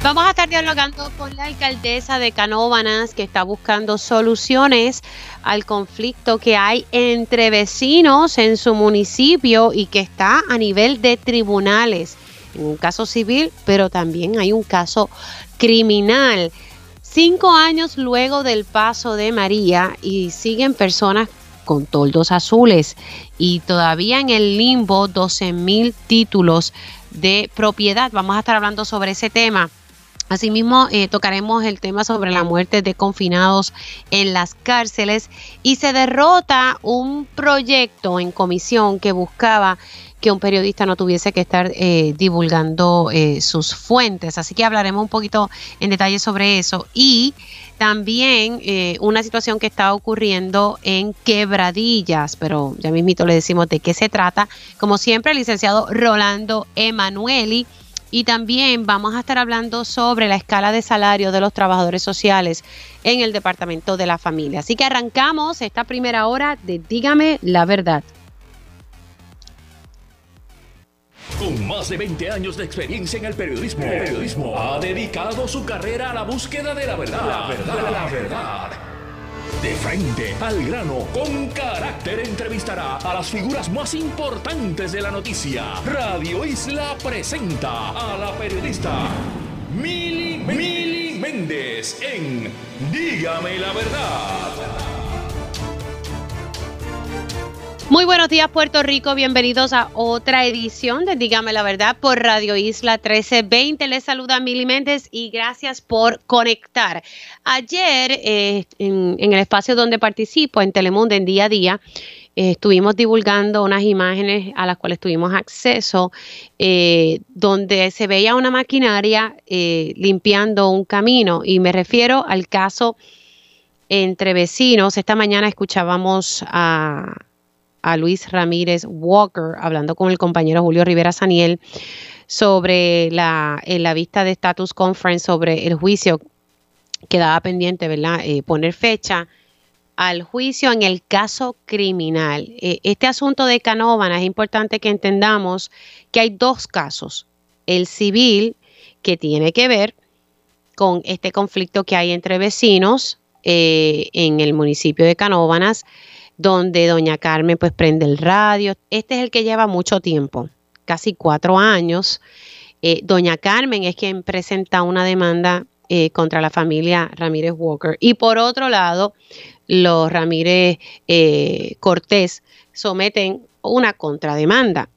Vamos a estar dialogando con la alcaldesa de Canóvanas, que está buscando soluciones al conflicto que hay entre vecinos en su municipio y que está a nivel de tribunales. En un caso civil, pero también hay un caso criminal. 5 años luego del paso de María y siguen personas con toldos azules y todavía en el limbo 12,000 títulos de propiedad. Vamos a estar hablando sobre ese tema. Asimismo, tocaremos el tema sobre la muerte de confinados en las cárceles y se derrota un proyecto en comisión que buscaba que un periodista no tuviese que estar divulgando sus fuentes. Así que hablaremos un poquito en detalle sobre eso y también una situación que está ocurriendo en Quebradillas, pero ya mismito le decimos de qué se trata. Como siempre, el licenciado Rolando Emanueli. Y también vamos a estar hablando sobre la escala de salario de los trabajadores sociales en el Departamento de la Familia. Así que arrancamos esta primera hora de Dígame la Verdad. Con más de 20 años de experiencia en el periodismo, ha dedicado su carrera a la búsqueda de la verdad. La verdad. De frente, al grano, con carácter, entrevistará a las figuras más importantes de la noticia. Radio Isla presenta a la periodista Mili Méndez en Dígame la Verdad. Muy buenos días, Puerto Rico. Bienvenidos a otra edición de Dígame la Verdad por Radio Isla 1320. Les saluda Mili Méndez y gracias por conectar. Ayer, en el espacio donde participo, en Telemundo, en Día a Día, estuvimos divulgando unas imágenes a las cuales tuvimos acceso, donde se veía una maquinaria limpiando un camino. Y me refiero al caso entre vecinos. Esta mañana escuchábamos a Luis Ramírez Walker, hablando con el compañero Julio Rivera Saniel sobre la vista de Status Conference sobre el juicio. Quedaba pendiente, ¿verdad? Poner fecha al juicio en el caso criminal. Este asunto de Canóvanas es importante que entendamos que hay dos casos. El civil, que tiene que ver con este conflicto que hay entre vecinos en el municipio de Canóvanas, donde doña Carmen pues prende el radio. Este es el que lleva mucho tiempo, casi 4 años. Doña Carmen es quien presenta una demanda contra la familia Ramírez Walker. Y por otro lado, los Ramírez Cortés someten una contrademanda.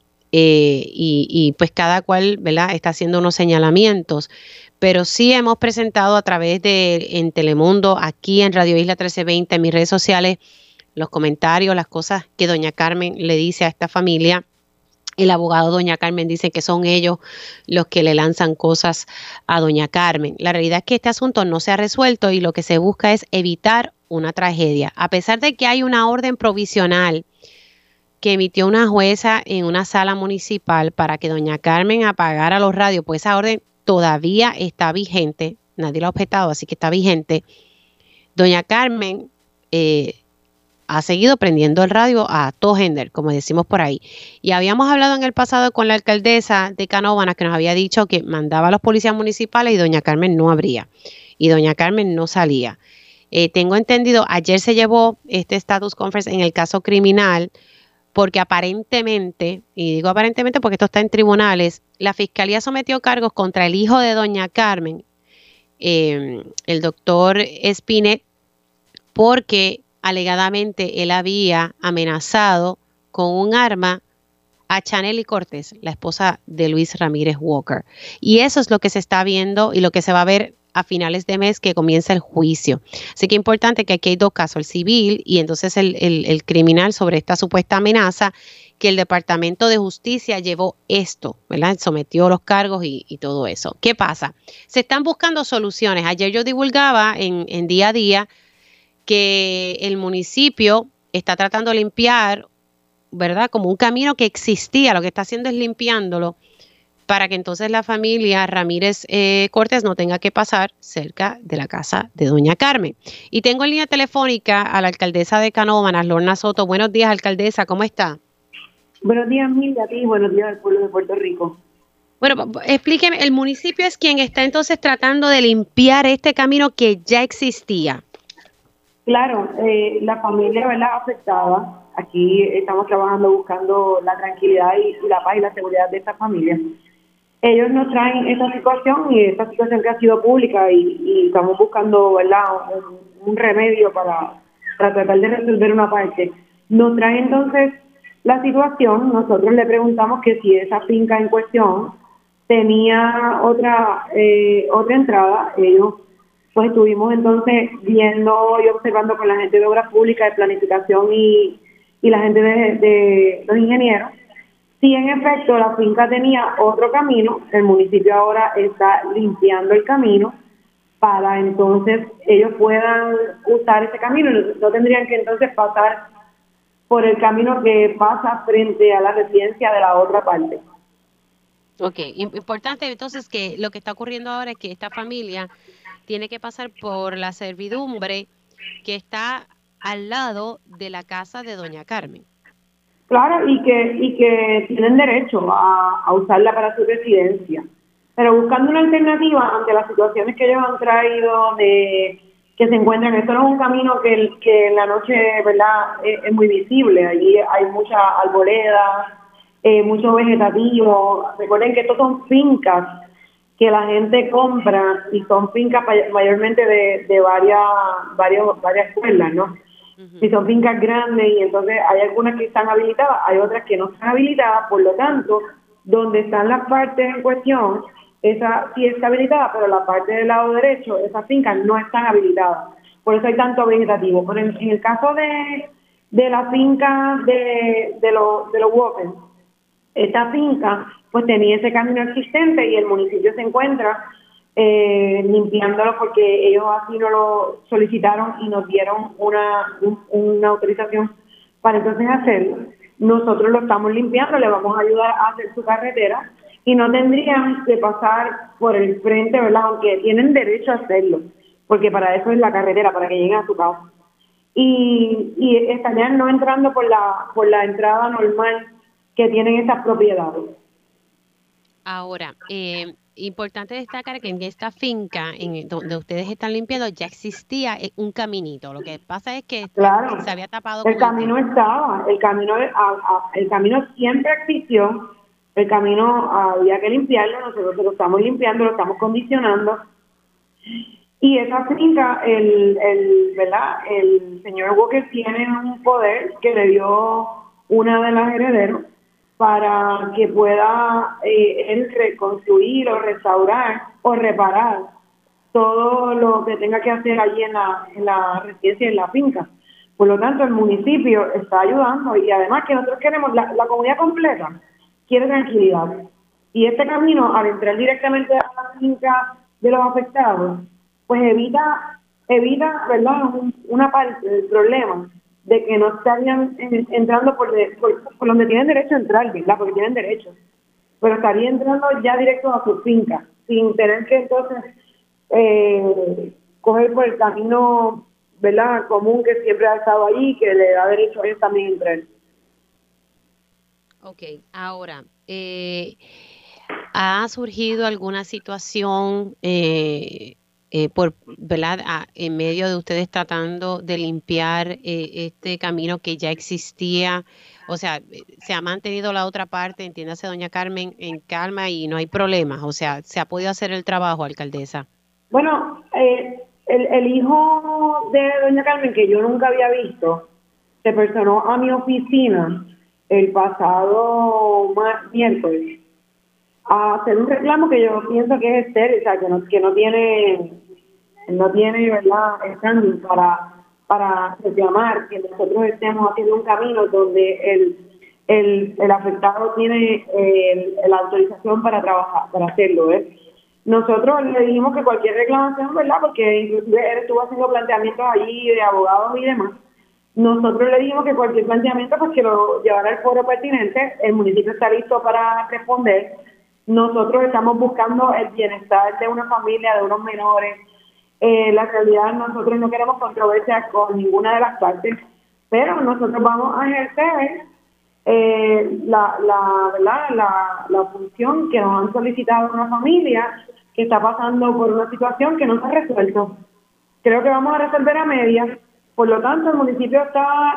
Y pues cada cual, ¿verdad?, está haciendo unos señalamientos. Pero sí hemos presentado a través en Telemundo, aquí en Radio Isla 1320, en mis redes sociales, los comentarios, las cosas que doña Carmen le dice a esta familia. El abogado doña Carmen dice que son ellos los que le lanzan cosas a doña Carmen. La realidad es que este asunto no se ha resuelto y lo que se busca es evitar una tragedia. A pesar de que hay una orden provisional que emitió una jueza en una sala municipal para que doña Carmen apagara los radios, pues esa orden todavía está vigente. Nadie lo ha objetado, así que está vigente. Doña Carmen ha seguido prendiendo el radio a todo género, como decimos por ahí. Y habíamos hablado en el pasado con la alcaldesa de Canóvanas, que nos había dicho que mandaba a los policías municipales y doña Carmen no abría. Y doña Carmen no salía. Tengo entendido, ayer se llevó este status conference en el caso criminal, porque aparentemente, y digo aparentemente porque esto está en tribunales, la fiscalía sometió cargos contra el hijo de doña Carmen, el doctor Espinet, porque alegadamente él había amenazado con un arma a Chanely Cortés, la esposa de Luis Ramírez Walker. Y eso es lo que se está viendo y lo que se va a ver a finales de mes que comienza el juicio. Así que es importante que aquí hay dos casos, el civil y entonces el criminal sobre esta supuesta amenaza que el Departamento de Justicia llevó esto, ¿verdad? Sometió los cargos y todo eso. ¿Qué pasa? Se están buscando soluciones. Ayer yo divulgaba en Día a Día que el municipio está tratando de limpiar, ¿verdad?, como un camino que existía. Lo que está haciendo es limpiándolo para que entonces la familia Ramírez Cortés no tenga que pasar cerca de la casa de doña Carmen. Y tengo en línea telefónica a la alcaldesa de Canóvanas, Lorna Soto. Buenos días, alcaldesa, ¿cómo está? Buenos días, Mil, a ti, buenos días al pueblo de Puerto Rico. Bueno, explíqueme, el municipio es quien está entonces tratando de limpiar este camino que ya existía. Claro, la familia, ¿verdad?, afectada, aquí estamos trabajando buscando la tranquilidad y la paz y la seguridad de esta familia. Ellos nos traen esta situación y esta situación que ha sido pública y estamos buscando, ¿verdad?, un remedio para tratar de resolver una parte. Nos traen entonces la situación, nosotros le preguntamos que si esa finca en cuestión tenía otra entrada. Ellos pues estuvimos entonces viendo y observando con la gente de obras públicas, de planificación y la gente de los ingenieros. Si en efecto la finca tenía otro camino, el municipio ahora está limpiando el camino para entonces ellos puedan usar ese camino. No tendrían que entonces pasar por el camino que pasa frente a la residencia de la otra parte. Ok, importante entonces que lo que está ocurriendo ahora es que esta familia tiene que pasar por la servidumbre que está al lado de la casa de doña Carmen. Claro, y que tienen derecho a usarla para su residencia, pero buscando una alternativa ante las situaciones que ellos han traído de que se encuentran. Esto no es un camino que en la noche, ¿verdad?, es muy visible. Allí hay mucha arboleda, mucho vegetativo. Recuerden que estos son fincas que la gente compra y son fincas mayormente de varias escuelas, ¿no? Si son fincas grandes y entonces hay algunas que están habilitadas, hay otras que no están habilitadas, por lo tanto, donde están las partes en cuestión, esa sí está habilitada, pero la parte del lado derecho, esas fincas no están habilitadas. Por eso hay tanto vegetativo. Pero en el caso de la finca de los Walkers, esta finca pues tenía ese camino existente y el municipio se encuentra limpiándolo porque ellos así no lo solicitaron y nos dieron una autorización para entonces hacerlo. Nosotros lo estamos limpiando, le vamos a ayudar a hacer su carretera y no tendrían que pasar por el frente, ¿verdad?, aunque tienen derecho a hacerlo, porque para eso es la carretera, para que lleguen a su casa. Y estarían no entrando por la entrada normal que tienen estas propiedades. Ahora, importante destacar que en esta finca donde ustedes están limpiando ya existía un caminito. Lo que pasa es que claro, se había tapado. El camino estaba, el camino siempre existió, el camino había que limpiarlo, nosotros lo estamos limpiando, lo estamos condicionando. Y esa finca, ¿verdad?, el señor Walker tiene un poder que le dio una de las herederos para que pueda él reconstruir o restaurar o reparar todo lo que tenga que hacer allí en la residencia, en la finca. Por lo tanto, el municipio está ayudando y además que nosotros queremos, la comunidad completa quiere tranquilidad. Y este camino, al entrar directamente a la finca de los afectados, pues evita, ¿verdad?, una parte del problema de que no estarían entrando por donde tienen derecho a entrar, ¿verdad?, porque tienen derecho, pero estarían entrando ya directo a su finca, sin tener que entonces coger por el camino, ¿verdad?, común que siempre ha estado ahí, que le da derecho a ellos también entrar. Ok, ahora, ¿ha surgido alguna situación ¿verdad?, en medio de ustedes tratando de limpiar este camino que ya existía? O sea, se ha mantenido la otra parte, entiéndase doña Carmen, en calma y no hay problemas. O sea, ¿se ha podido hacer el trabajo, alcaldesa? Bueno, el hijo de doña Carmen, que yo nunca había visto, se personó a mi oficina el pasado miércoles a hacer un reclamo que yo pienso que es estéril, o sea, que no tiene, ¿verdad?, standing para reclamar que nosotros estemos haciendo un camino donde el afectado tiene la autorización para trabajar, para hacerlo, Nosotros le dijimos que cualquier reclamación, ¿verdad?, porque inclusive él estuvo haciendo planteamientos allí de abogados y demás. Nosotros le dijimos que cualquier planteamiento pues que lo llevara al foro pertinente. El municipio está listo para responder. Nosotros estamos buscando el bienestar de una familia, de unos menores. La realidad, nosotros no queremos controversia con ninguna de las partes, pero nosotros vamos a ejercer ¿verdad? La función que nos han solicitado una familia que está pasando por una situación que no se ha resuelto. Creo que vamos a resolver a medias. Por lo tanto, el municipio está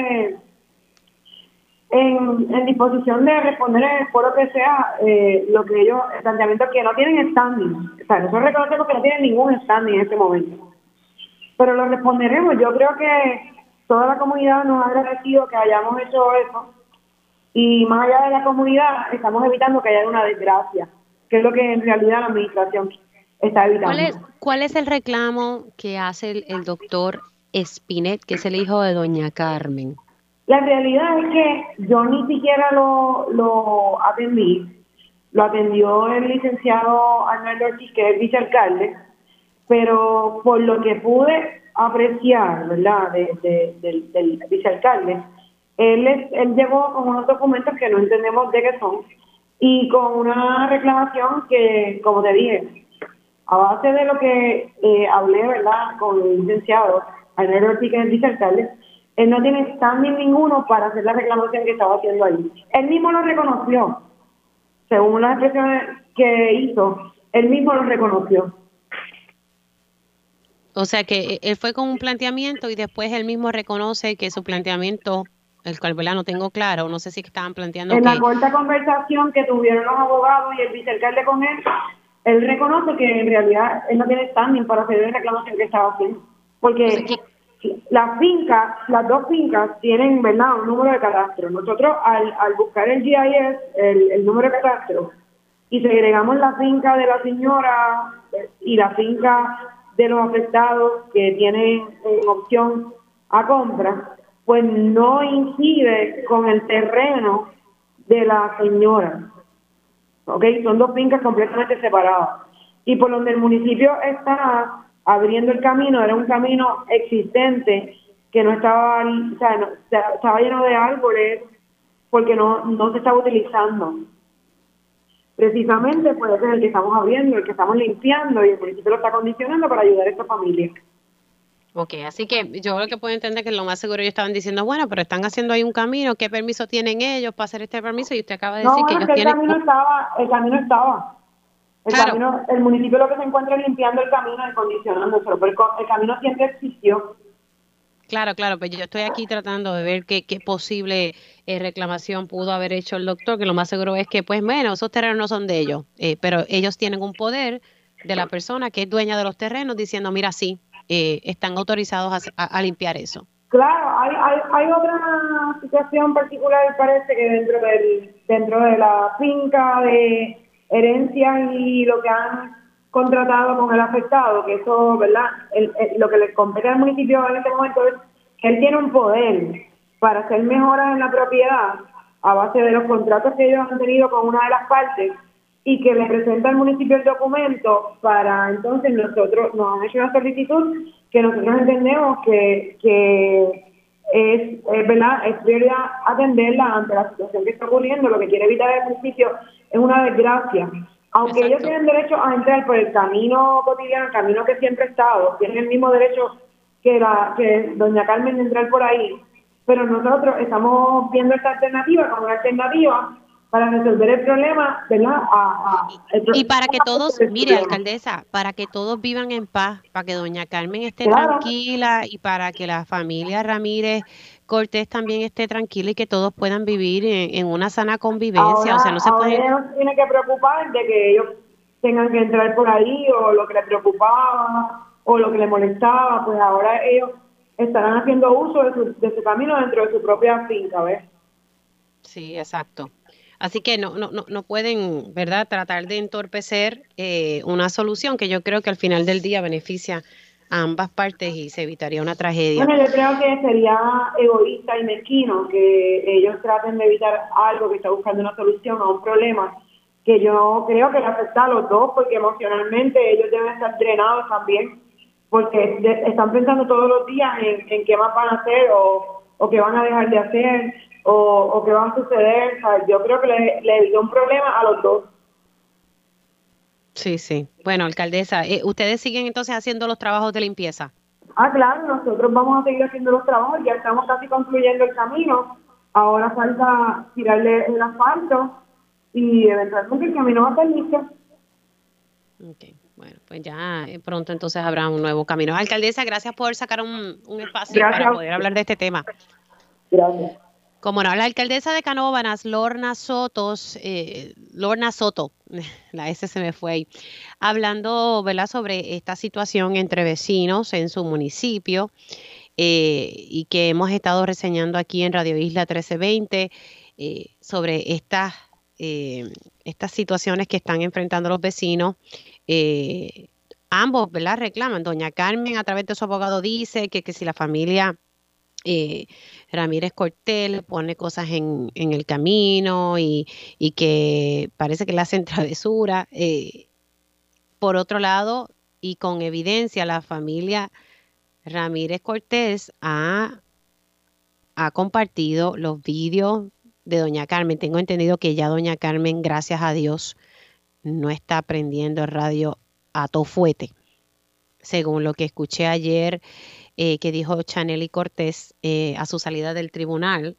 en disposición de responder por lo que sea lo que ellos, el planteamiento que no tienen standing. O sea, nosotros reconocemos que no tienen ningún standing en este momento. Pero lo responderemos. Yo creo que toda la comunidad nos ha agradecido que hayamos hecho eso. Y más allá de la comunidad, estamos evitando que haya una desgracia, que es lo que en realidad la administración está evitando. ¿Cuál es el reclamo que hace el doctor Espinet, que es el hijo de doña Carmen? La realidad es que yo ni siquiera lo atendí. Lo atendió el licenciado Arnaldo Ortiz, que es el vicealcalde, pero por lo que pude apreciar, ¿verdad?, del vicealcalde, él llegó con unos documentos que no entendemos de qué son y con una reclamación que, como te dije, a base de lo que hablé, ¿verdad?, con el licenciado Arnaldo Ortiz, que es el vicealcalde, él no tiene standing ninguno para hacer la reclamación que estaba haciendo ahí. Él mismo lo reconoció, según las expresiones que hizo, él mismo lo reconoció. O sea que él fue con un planteamiento y después él mismo reconoce que su planteamiento, el cual, ¿verdad?, no tengo claro, no sé si estaban planteando en que... la corta conversación que tuvieron los abogados y el vicealcalde con él reconoce que en realidad él no tiene standing para hacer la reclamación que estaba haciendo. Porque... O sea, las dos fincas tienen, ¿verdad?, un número de catastro. Nosotros al buscar el GIS, el número de catastro, y segregamos la finca de la señora y la finca de los afectados que tienen opción a compra, pues no incide con el terreno de la señora. ¿Ok? Son dos fincas completamente separadas. Y por donde el municipio está abriendo el camino, era un camino existente que no estaba, o sea, no, estaba lleno de árboles porque no se estaba utilizando. Precisamente pues ese es el que estamos abriendo, el que estamos limpiando y el municipio lo está condicionando para ayudar a esta familia. Ok, así que yo lo que puedo entender que lo más seguro ellos estaban diciendo, bueno, pero están haciendo ahí un camino, ¿qué permiso tienen ellos para hacer este permiso? Y usted acaba de decir que ellos tienen... El camino estaba. Claro. El municipio lo que se encuentra es limpiando el camino y condicionándoselo, pero el camino siempre existió. Claro, pues yo estoy aquí tratando de ver qué posible reclamación pudo haber hecho el doctor, que lo más seguro es que, pues, bueno, esos terrenos no son de ellos, pero ellos tienen un poder de la persona que es dueña de los terrenos diciendo, mira, sí, están autorizados a limpiar eso. Claro, hay otra situación particular, parece que dentro de la finca de herencia y lo que han contratado con el afectado, que eso, ¿verdad? Lo que le compete al municipio en este momento es que él tiene un poder para hacer mejoras en la propiedad a base de los contratos que ellos han tenido con una de las partes y que le presenta al municipio el documento para entonces nosotros nos han hecho una solicitud que nosotros entendemos que es verdad, es prioridad atenderla ante la situación que está ocurriendo. Lo que quiere evitar el municipio es una desgracia. Aunque ellos tienen derecho a entrar por el camino cotidiano, el camino que siempre ha estado, tienen el mismo derecho que doña Carmen de entrar por ahí, pero nosotros estamos viendo esta alternativa como una alternativa para resolver el problema, ¿verdad? Y para que todos, mire, alcaldesa, para que todos vivan en paz, para que doña Carmen esté tranquila y para que la familia Ramírez Cortés también esté tranquila y que todos puedan vivir en una sana convivencia. O sea, no se puede... Ella no se tiene que preocupar de que ellos tengan que entrar por ahí o lo que le preocupaba o lo que le molestaba, pues ahora ellos estarán haciendo uso de su camino dentro de su propia finca, ¿ves? Sí, exacto. Así que no pueden, ¿verdad?, tratar de entorpecer una solución que yo creo que al final del día beneficia a ambas partes y se evitaría una tragedia. Bueno, yo creo que sería egoísta y mezquino que ellos traten de evitar algo que está buscando una solución a un problema que yo creo que le afecta a los dos, porque emocionalmente ellos deben estar drenados también, porque están pensando todos los días en qué más van a hacer o qué van a dejar de hacer o qué va a suceder. O sea, yo creo que le dio un problema a los dos. Sí. Bueno, alcaldesa, ¿ustedes siguen entonces haciendo los trabajos de limpieza? Claro, nosotros vamos a seguir haciendo los trabajos, ya estamos casi concluyendo el camino. Ahora falta tirarle el asfalto y eventualmente el camino va a estar listo. Okay. Bueno, pues ya pronto entonces habrá un nuevo camino. Alcaldesa, gracias por sacar un espacio para poder hablar de este tema. Gracias. Como no, la alcaldesa de Canóvanas, Lorna Soto, la S se me fue ahí, hablando, ¿verdad?, sobre esta situación entre vecinos en su municipio y que hemos estado reseñando aquí en Radio Isla 1320 sobre estas situaciones que están enfrentando los vecinos. Ambos, ¿verdad?, reclaman. Doña Carmen, a través de su abogado, dice que si la familia Ramírez Cortés le pone cosas en el camino y que parece que le hacen travesura. Por otro lado, y con evidencia, la familia Ramírez Cortés ha compartido los vídeos de doña Carmen. Tengo entendido que ya doña Carmen, gracias a Dios, no está prendiendo el radio a tofuete, según lo que escuché ayer que dijo Chanely Cortés a su salida del tribunal,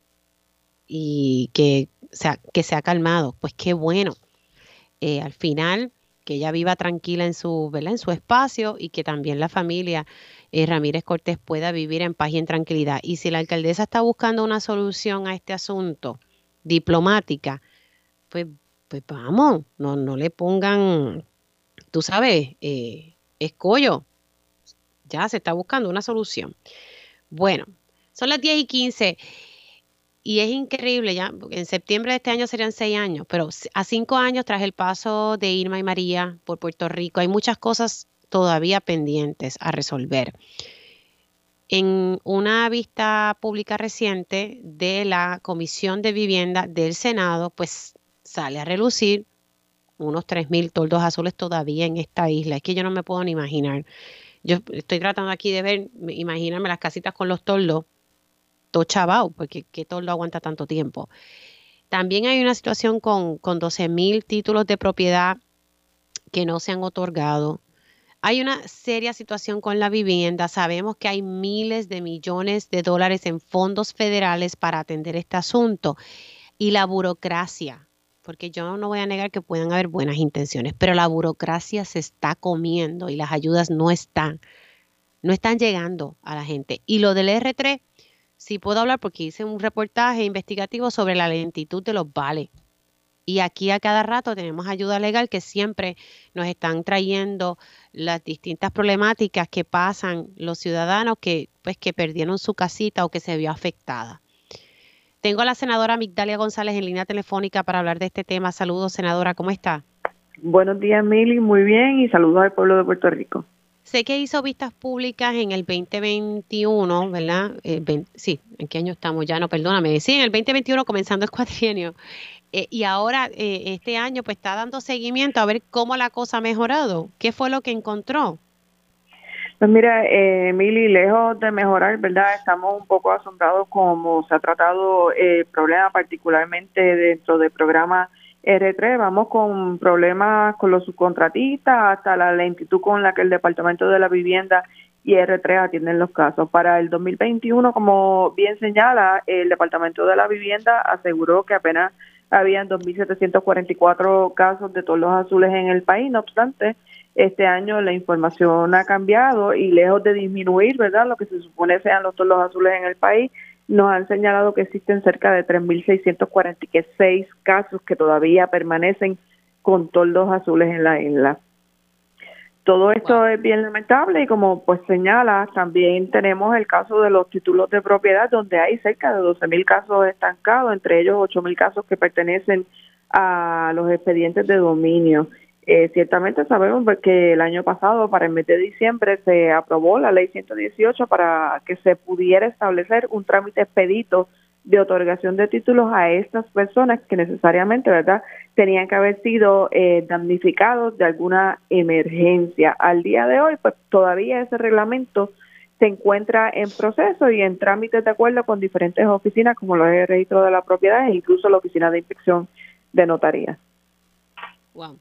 y que se ha calmado. Pues qué bueno. Al final, que ella viva tranquila en su, ¿verdad?, en su espacio, y que también la familia Ramírez Cortés pueda vivir en paz y en tranquilidad. Y si la alcaldesa está buscando una solución a este asunto diplomática, pues vamos, no le pongan, tú sabes, escollo. Ya se está buscando una solución. Bueno, son las 10:15 y es increíble, ya en septiembre de este año serían 6 años, pero a 5 años tras el paso de Irma y María por Puerto Rico hay muchas cosas todavía pendientes a resolver. En una vista pública reciente de la Comisión de Vivienda del Senado, pues sale a relucir unos 3,000 toldos azules todavía en esta isla. Es que yo no me puedo ni imaginar. Yo estoy tratando aquí de imaginarme las casitas con los toldos, todo chavao, porque ¿qué toldo aguanta tanto tiempo? También hay una situación con 12,000 títulos de propiedad que no se han otorgado. Hay una seria situación con la vivienda. Sabemos que hay miles de millones de dólares en fondos federales para atender este asunto. Y la burocracia, porque yo no voy a negar que puedan haber buenas intenciones, pero la burocracia se está comiendo y las ayudas no están llegando a la gente. Y lo del R3, sí puedo hablar porque hice un reportaje investigativo sobre la lentitud de los vales. Y aquí a cada rato tenemos ayuda legal que siempre nos están trayendo las distintas problemáticas que pasan los ciudadanos que perdieron su casita o que se vio afectada. Tengo a la senadora Migdalia González en línea telefónica para hablar de este tema. Saludos, senadora, ¿cómo está? Buenos días, Mili, muy bien, y saludos al pueblo de Puerto Rico. Sé que hizo vistas públicas en el 2021, ¿verdad? Sí, ¿en qué año estamos? Ya no, perdóname. Sí, en el 2021, comenzando el cuatrienio. Y ahora, este año, pues está dando seguimiento a ver cómo la cosa ha mejorado. ¿Qué fue lo que encontró? Pues mira, Mili, lejos de mejorar, ¿verdad? Estamos un poco asombrados cómo se ha tratado el problema, particularmente dentro del programa R3. Vamos con problemas con los subcontratistas, hasta la lentitud con la que el Departamento de la Vivienda y R3 atienden los casos. Para el 2021, como bien señala, el Departamento de la Vivienda aseguró que apenas habían 2,744 casos de toldos azules en el país. No obstante, este año la información ha cambiado y lejos de disminuir, ¿verdad?, lo que se supone sean los toldos azules en el país, nos han señalado que existen cerca de 3,646 casos que todavía permanecen con toldos azules en la isla. Todo esto es bien lamentable y como pues señala, también tenemos el caso de los títulos de propiedad, donde hay cerca de 12,000 casos estancados, entre ellos 8,000 casos que pertenecen a los expedientes de dominio. Ciertamente sabemos que el año pasado, para el mes de diciembre, se aprobó la ley 118 para que se pudiera establecer un trámite expedito de otorgación de títulos a estas personas que necesariamente, ¿verdad?, tenían que haber sido damnificados de alguna emergencia. Al día de hoy, pues todavía ese reglamento se encuentra en proceso y en trámites de acuerdo con diferentes oficinas, como lo es el registro de la propiedad e incluso la oficina de inspección de notaría. Wow.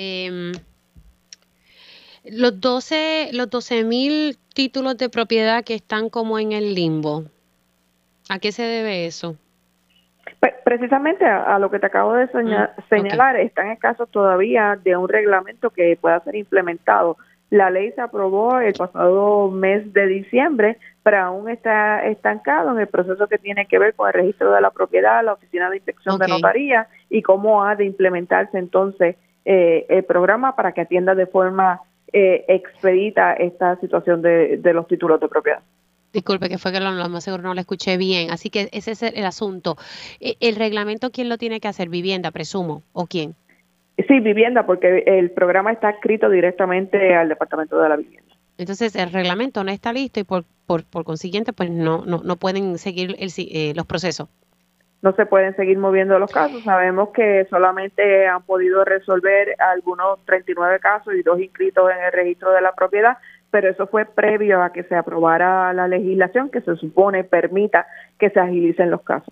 Los 12,000 títulos de propiedad que están como en el limbo, ¿a qué se debe eso? Precisamente a lo que te acabo de señalar, están escasos todavía de un reglamento que pueda ser implementado. La ley se aprobó el pasado mes de diciembre, pero aún está estancado en el proceso que tiene que ver con el registro de la propiedad, la oficina de inspección de notaría y cómo ha de implementarse entonces el programa para que atienda de forma expedita esta situación de los títulos de propiedad. Disculpe, que fue que lo más seguro no lo escuché bien. Así que ese es el asunto. ¿El reglamento quién lo tiene que hacer? ¿Vivienda, presumo? ¿O quién? Sí, vivienda, porque el programa está escrito directamente al Departamento de la Vivienda. Entonces, el reglamento no está listo y por consiguiente, pues no pueden seguir los procesos. No se pueden seguir moviendo los casos. Sabemos que solamente han podido resolver algunos 39 casos y 2 inscritos en el registro de la propiedad, pero eso fue previo a que se aprobara la legislación que se supone permita que se agilicen los casos.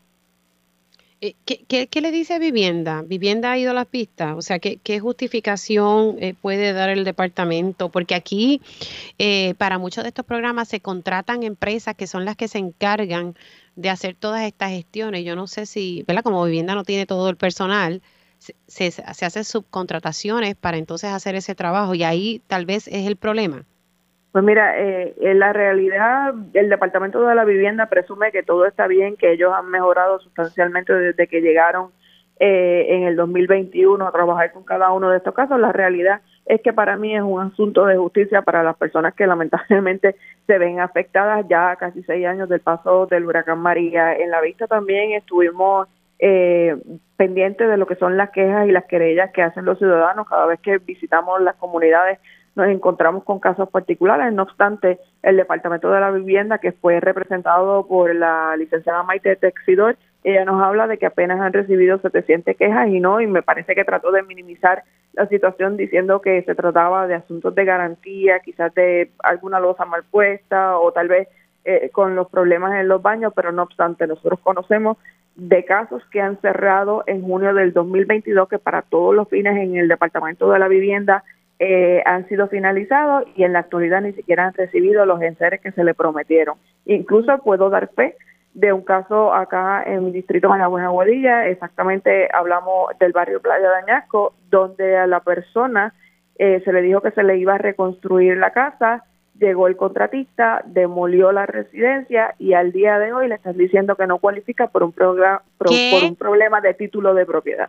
¿Qué le dice Vivienda? ¿Vivienda ha ido a las pistas? O sea, ¿qué justificación puede dar el departamento? Porque aquí, para muchos de estos programas, se contratan empresas que son las que se encargan de hacer todas estas gestiones. Yo no sé si, ¿verdad? Como Vivienda no tiene todo el personal, se hacen subcontrataciones para entonces hacer ese trabajo y ahí tal vez es el problema. Pues mira, en la realidad el Departamento de la Vivienda presume que todo está bien, que ellos han mejorado sustancialmente desde que llegaron en el 2021 a trabajar con cada uno de estos casos. La realidad es que para mí es un asunto de justicia para las personas que lamentablemente se ven afectadas ya casi 6 años del paso del huracán María. En la vista también estuvimos pendientes de lo que son las quejas y las querellas que hacen los ciudadanos cada vez que visitamos las comunidades. Nos encontramos con casos particulares. No obstante, el Departamento de la Vivienda, que fue representado por la licenciada Maite Texidor, ella nos habla de que apenas han recibido 700 quejas y me parece que trató de minimizar la situación diciendo que se trataba de asuntos de garantía, quizás de alguna losa mal puesta o tal vez con los problemas en los baños, pero no obstante, nosotros conocemos de casos que han cerrado en junio del 2022 que para todos los fines en el Departamento de la Vivienda han sido finalizados y en la actualidad ni siquiera han recibido los enseres que se le prometieron. Incluso puedo dar fe de un caso acá en mi distrito Mayagüez Aguadilla, exactamente hablamos del barrio Playa de Añasco, donde a la persona se le dijo que se le iba a reconstruir la casa, llegó el contratista, demolió la residencia y al día de hoy le están diciendo que no cualifica por un problema de título de propiedad.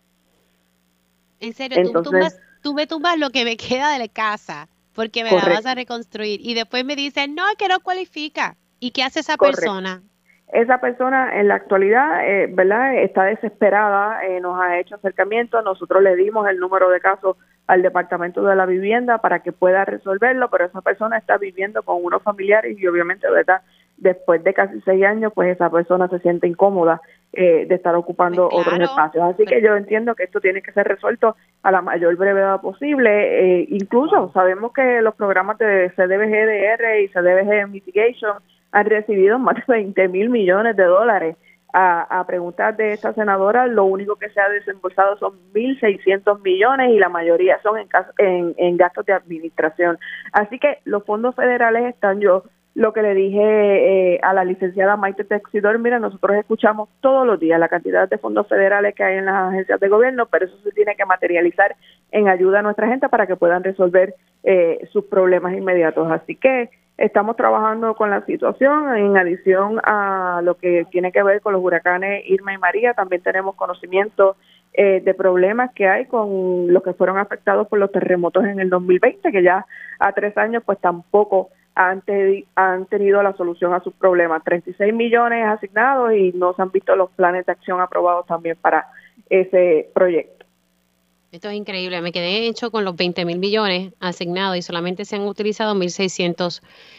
En serio, entonces, tú me tumbas lo que me queda de la casa porque me la vas a reconstruir y después me dicen, no, que no cualifica. ¿Y qué hace esa persona? Esa persona en la actualidad, ¿verdad? Está desesperada, nos ha hecho acercamientos, nosotros le dimos el número de casos al Departamento de la Vivienda para que pueda resolverlo, pero esa persona está viviendo con unos familiares y obviamente, ¿verdad? Después de casi 6 años, pues esa persona se siente incómoda de estar ocupando otros espacios. Así que yo entiendo que esto tiene que ser resuelto a la mayor brevedad posible. Incluso sabemos que los programas de CDBG-DR y CDBG Mitigation han recibido más de 20 mil millones de dólares. A preguntas de esta senadora, lo único que se ha desembolsado son 1.600 millones y la mayoría son en gastos de administración. Así que los fondos federales están. Yo lo que le dije a la licenciada Maite Texidor, mira, nosotros escuchamos todos los días la cantidad de fondos federales que hay en las agencias de gobierno, pero eso se tiene que materializar en ayuda a nuestra gente para que puedan resolver sus problemas inmediatos. Así que estamos trabajando con la situación. En adición a lo que tiene que ver con los huracanes Irma y María, también tenemos conocimiento de problemas que hay con los que fueron afectados por los terremotos en el 2020, que ya a 3 años pues tampoco han tenido la solución a sus problemas. 36 millones asignados y no se han visto los planes de acción aprobados también para ese proyecto. Esto es increíble. Me quedé hecho con los 20 mil millones asignados y solamente se han utilizado 1.600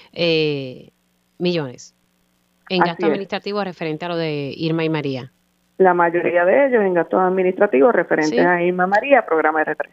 millones en gastos administrativos referente a lo de Irma y María. La mayoría de ellos en gastos administrativos referentes a Irma y María, programa R3.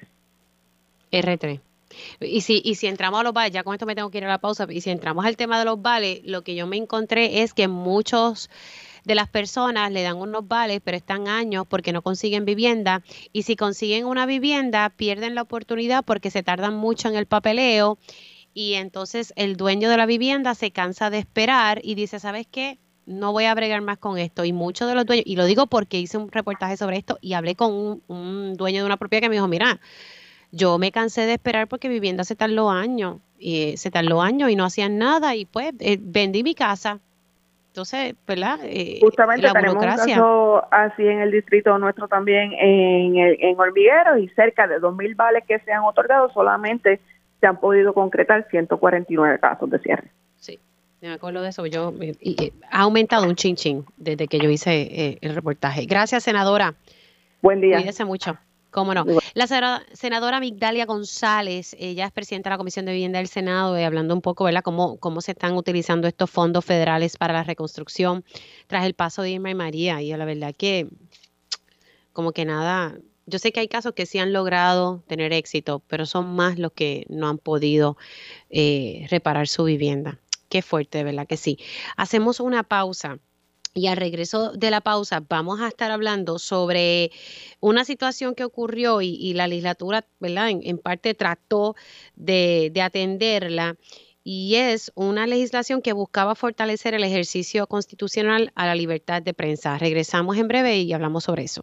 R3. Y si entramos a los vales, ya con esto me tengo que ir a la pausa, y si entramos al tema de los vales, lo que yo me encontré es que muchos de las personas le dan unos vales, pero están años porque no consiguen vivienda, y si consiguen una vivienda, pierden la oportunidad porque se tardan mucho en el papeleo, y entonces el dueño de la vivienda se cansa de esperar y dice, ¿sabes qué? no voy a bregar más con esto. Y muchos de los dueños, y lo digo porque hice un reportaje sobre esto y hablé con un dueño de una propiedad que me dijo, mira, yo me cansé de esperar porque vivienda se tardó años y no hacían nada y pues vendí mi casa. Entonces, ¿verdad? Justamente La tenemos burocracia. un caso así en el distrito nuestro también en Hormigueros, y cerca de 2,000 vales que se han otorgado, solamente se han podido concretar 149 casos de cierre. Sí, me acuerdo de eso. Ha aumentado un chin desde que yo hice el reportaje. Gracias, senadora. Buen día. Cuídese mucho. ¿Cómo no? La senadora Migdalia González, ella es presidenta de la Comisión de Vivienda del Senado, hablando un poco, ¿verdad?, cómo se están utilizando estos fondos federales para la reconstrucción tras el paso de Irma y María. Y la verdad que, como que nada, yo sé que hay casos que sí han logrado tener éxito, pero son más los que no han podido reparar su vivienda. Qué fuerte, ¿verdad que sí? Hacemos una pausa. Y al regreso de la pausa vamos a estar hablando sobre una situación que ocurrió y la legislatura, ¿verdad?, en parte trató de atenderla, y es una legislación que buscaba fortalecer el ejercicio constitucional a la libertad de prensa. Regresamos en breve y hablamos sobre eso.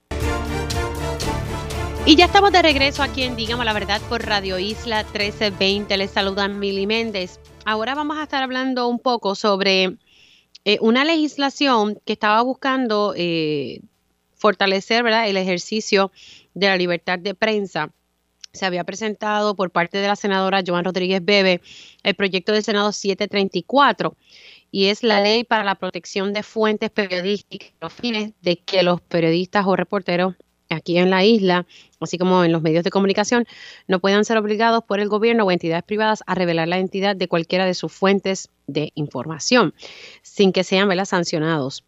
Y ya estamos de regreso aquí en Dígame la Verdad por Radio Isla 1320. Les saluda Mili Méndez. Ahora vamos a estar hablando un poco sobre una legislación que estaba buscando fortalecer, ¿verdad?, el ejercicio de la libertad de prensa. Se había presentado por parte de la senadora Joan Rodríguez Bebe el proyecto del Senado 734, y es la ley para la protección de fuentes periodísticas, los fines de que los periodistas o reporteros aquí en la isla, así como en los medios de comunicación, no puedan ser obligados por el gobierno o entidades privadas a revelar la identidad de cualquiera de sus fuentes de información, sin que sean, ¿verdad?, sancionados.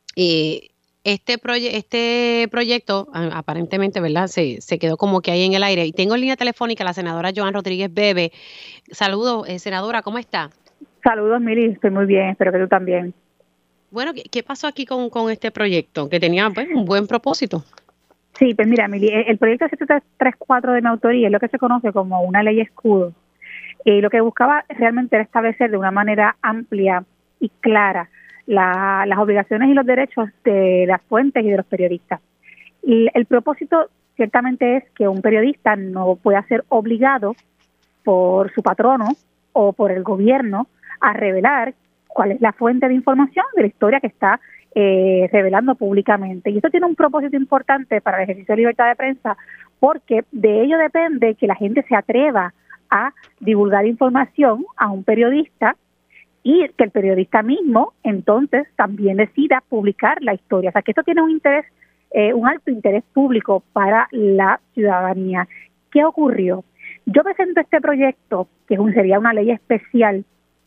Este proyecto aparentemente, ¿verdad?, se quedó como que ahí en el aire. Y tengo en línea telefónica a la senadora Joan Rodríguez Bebe. Saludos, senadora, ¿cómo está? Saludos, Mili, estoy muy bien, espero que tú también. Bueno, ¿qué pasó aquí con este proyecto? Que tenía, pues, un buen propósito. Sí, pues mira, Mili, el proyecto 734 de mi autoría es lo que se conoce como una ley escudo. Lo que buscaba realmente era establecer de una manera amplia y clara las obligaciones y los derechos de las fuentes y de los periodistas. Y el propósito ciertamente es que un periodista no pueda ser obligado por su patrono o por el gobierno a revelar cuál es la fuente de información de la historia que está revelando públicamente. Y esto tiene un propósito importante para el ejercicio de libertad de prensa, porque de ello depende que la gente se atreva a divulgar información a un periodista y que el periodista mismo entonces también decida publicar la historia. O sea, que esto tiene un interés, un alto interés público para la ciudadanía. ¿Qué ocurrió? Yo presento este proyecto, que sería una ley especial,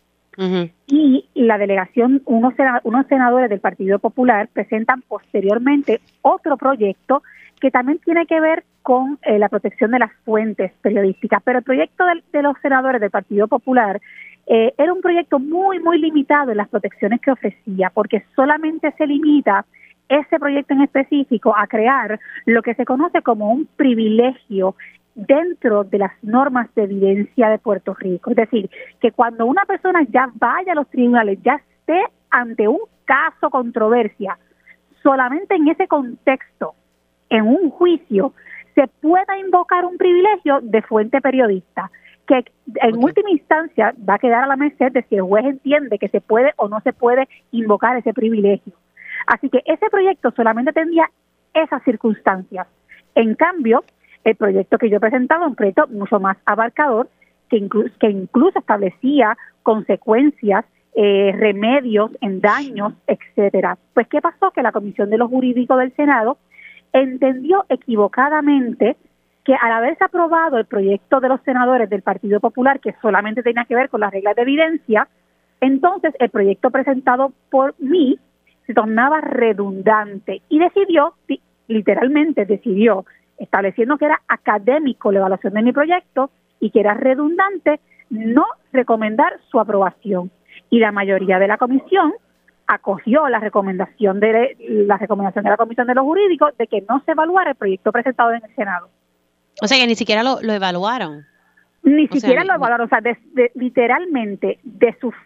y la delegación, unos senadores del Partido Popular presentan posteriormente otro proyecto que también tiene que ver con la protección de las fuentes periodísticas. Pero el proyecto de los senadores del Partido Popular era un proyecto muy, muy limitado en las protecciones que ofrecía, porque solamente se limita ese proyecto en específico a crear lo que se conoce como un privilegio dentro de las normas de evidencia de Puerto Rico. Es decir, que cuando una persona ya vaya a los tribunales, ya esté ante un caso, controversia, solamente en ese contexto, en un juicio, se pueda invocar un privilegio de fuente periodista, que en última instancia va a quedar a la merced de si el juez entiende que se puede o no se puede invocar ese privilegio. Así que ese proyecto solamente tendría esas circunstancias. En cambio, el proyecto que yo presentaba, un proyecto mucho más abarcador, que incluso establecía consecuencias, remedios en daños, etcétera. Pues, ¿qué pasó? Que la Comisión de los Jurídicos del Senado entendió equivocadamente que al haberse aprobado el proyecto de los senadores del Partido Popular, que solamente tenía que ver con las reglas de evidencia, entonces el proyecto presentado por mí se tornaba redundante y literalmente decidió, estableciendo que era académico la evaluación de mi proyecto y que era redundante, no recomendar su aprobación. Y la mayoría de la comisión acogió la recomendación de la Comisión de los Jurídicos de que no se evaluara el proyecto presentado en el Senado. O sea, que ni siquiera lo evaluaron. Ni siquiera lo evaluaron. O sea, literalmente, de su faz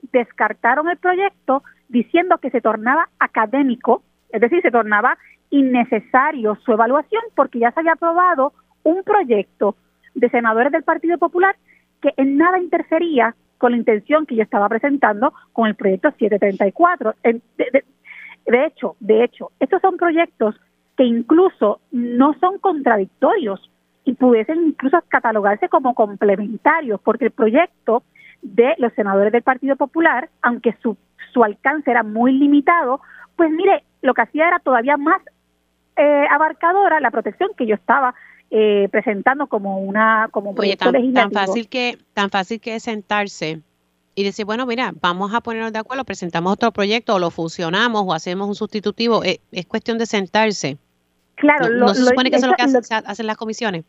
descartaron el proyecto diciendo que se tornaba académico, es decir, se tornaba innecesario su evaluación porque ya se había aprobado un proyecto de senadores del Partido Popular que en nada interfería con la intención que yo estaba presentando con el proyecto 734. De hecho, estos son proyectos que incluso no son contradictorios y pudiesen incluso catalogarse como complementarios, porque el proyecto de los senadores del Partido Popular, aunque su alcance era muy limitado, pues mire, lo que hacía era todavía más abarcadora la protección que yo estaba presentando como un proyecto legislativo. Tan fácil que es sentarse y decir, bueno, mira, vamos a ponernos de acuerdo, presentamos otro proyecto o lo fusionamos o hacemos un sustitutivo. Es cuestión de sentarse. Claro, no se supone que eso es lo que hacen las comisiones.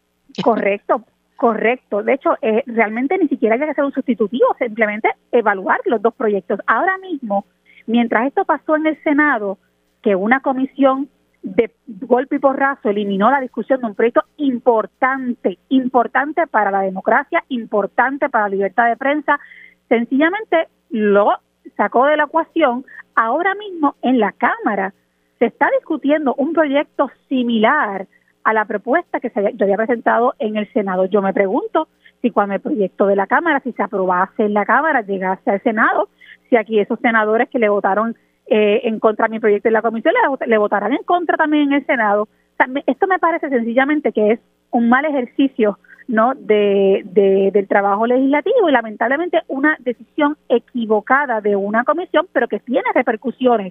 Correcto. De hecho, realmente ni siquiera hay que hacer un sustitutivo, simplemente evaluar los dos proyectos. Ahora mismo, mientras esto pasó en el Senado, que una comisión de golpe y porrazo eliminó la discusión de un proyecto importante para la democracia, importante para la libertad de prensa, sencillamente lo sacó de la ecuación. Ahora mismo en la Cámara se está discutiendo un proyecto similar a la propuesta que yo había presentado en el Senado. Yo me pregunto si cuando el proyecto de la Cámara, si se aprobase en la Cámara, llegase al Senado, si aquí esos senadores que le votaron en contra de mi proyecto en la comisión le votarán en contra también en el Senado. O sea, esto me parece sencillamente que es un mal ejercicio, ¿no?, del trabajo legislativo y lamentablemente una decisión equivocada de una comisión, pero que tiene repercusiones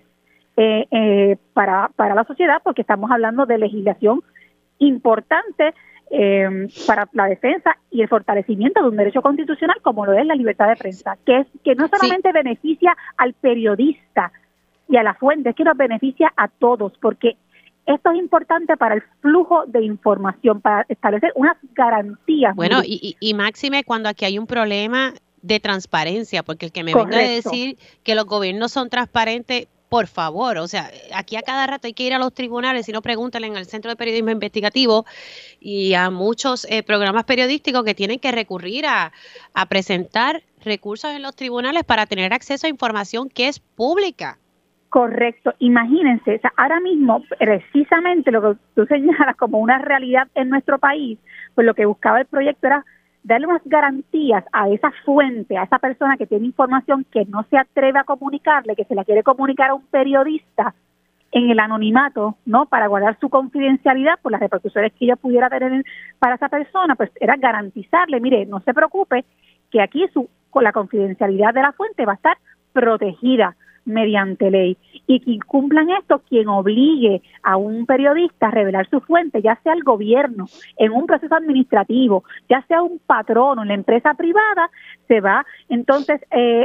para la sociedad, porque estamos hablando de legislación importante para la defensa y el fortalecimiento de un derecho constitucional como lo es la libertad de prensa, que no solamente beneficia al periodista y a la fuente, es que nos beneficia a todos, porque esto es importante para el flujo de información, para establecer unas garantías. Bueno, y máxime cuando aquí hay un problema de transparencia, porque el que me venga a decir que los gobiernos son transparentes, por favor, o sea, aquí a cada rato hay que ir a los tribunales, si no pregúntale en el Centro de Periodismo Investigativo y a muchos programas periodísticos que tienen que recurrir a presentar recursos en los tribunales para tener acceso a información que es pública. Correcto, imagínense, o sea, ahora mismo precisamente lo que tú señalas como una realidad en nuestro país, pues lo que buscaba el proyecto era darle unas garantías a esa fuente, a esa persona que tiene información que no se atreve a comunicarle, que se la quiere comunicar a un periodista en el anonimato, ¿no?, para guardar su confidencialidad por las repercusiones que ella pudiera tener para esa persona, pues era garantizarle, mire, no se preocupe, que aquí con la confidencialidad de la fuente va a estar protegida mediante ley, y que cumplan esto quien obligue a un periodista a revelar su fuente, ya sea el gobierno, en un proceso administrativo, ya sea un patrono en la empresa privada, se va entonces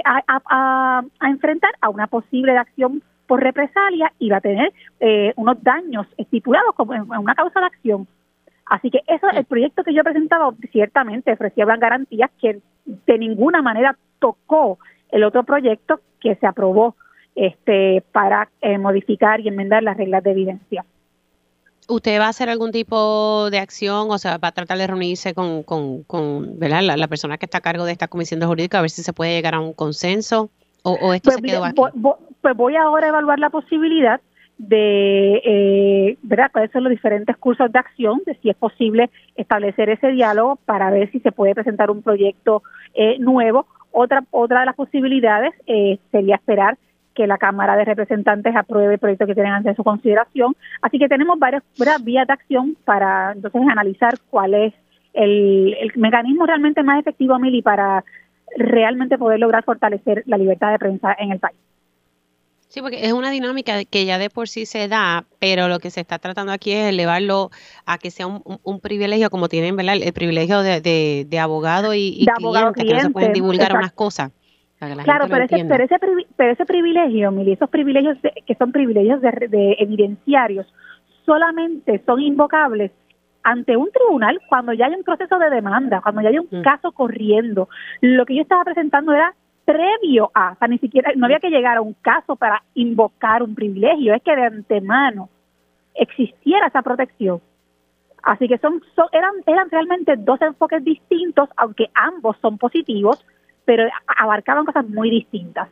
a enfrentar a una posible acción por represalia y va a tener unos daños estipulados como en una causa de acción. Así que eso, el proyecto que yo presentaba ciertamente ofrecía garantías que de ninguna manera tocó el otro proyecto que se aprobó para modificar y enmendar las reglas de evidencia. ¿Usted va a hacer algún tipo de acción, o sea, va a tratar de reunirse con ¿verdad?, la persona que está a cargo de esta comisión de jurídica a ver si se puede llegar a un consenso o esto se quedó aquí? Pues voy ahora a evaluar la posibilidad de, ¿verdad?, cuáles son los diferentes cursos de acción, de si es posible establecer ese diálogo para ver si se puede presentar un proyecto nuevo. Otra de las posibilidades sería esperar que la Cámara de Representantes apruebe el proyecto que tienen ante su consideración. Así que tenemos varias vías de acción para entonces analizar cuál es el mecanismo realmente más efectivo, Mili, para realmente poder lograr fortalecer la libertad de prensa en el país. Sí, porque es una dinámica que ya de por sí se da, pero lo que se está tratando aquí es elevarlo a que sea un privilegio, como tienen, ¿verdad?, el privilegio de abogado y cliente, que no se pueden divulgar. Exacto. Unas cosas. Claro, pero ese privilegio, Mili, esos privilegios que son privilegios de evidenciarios, solamente son invocables ante un tribunal cuando ya hay un proceso de demanda, cuando ya hay un caso corriendo. Lo que yo estaba presentando era previo a, o sea, ni siquiera, no había que llegar a un caso para invocar un privilegio, es que de antemano existiera esa protección. Así que eran realmente dos enfoques distintos, aunque ambos son positivos, pero abarcaban cosas muy distintas.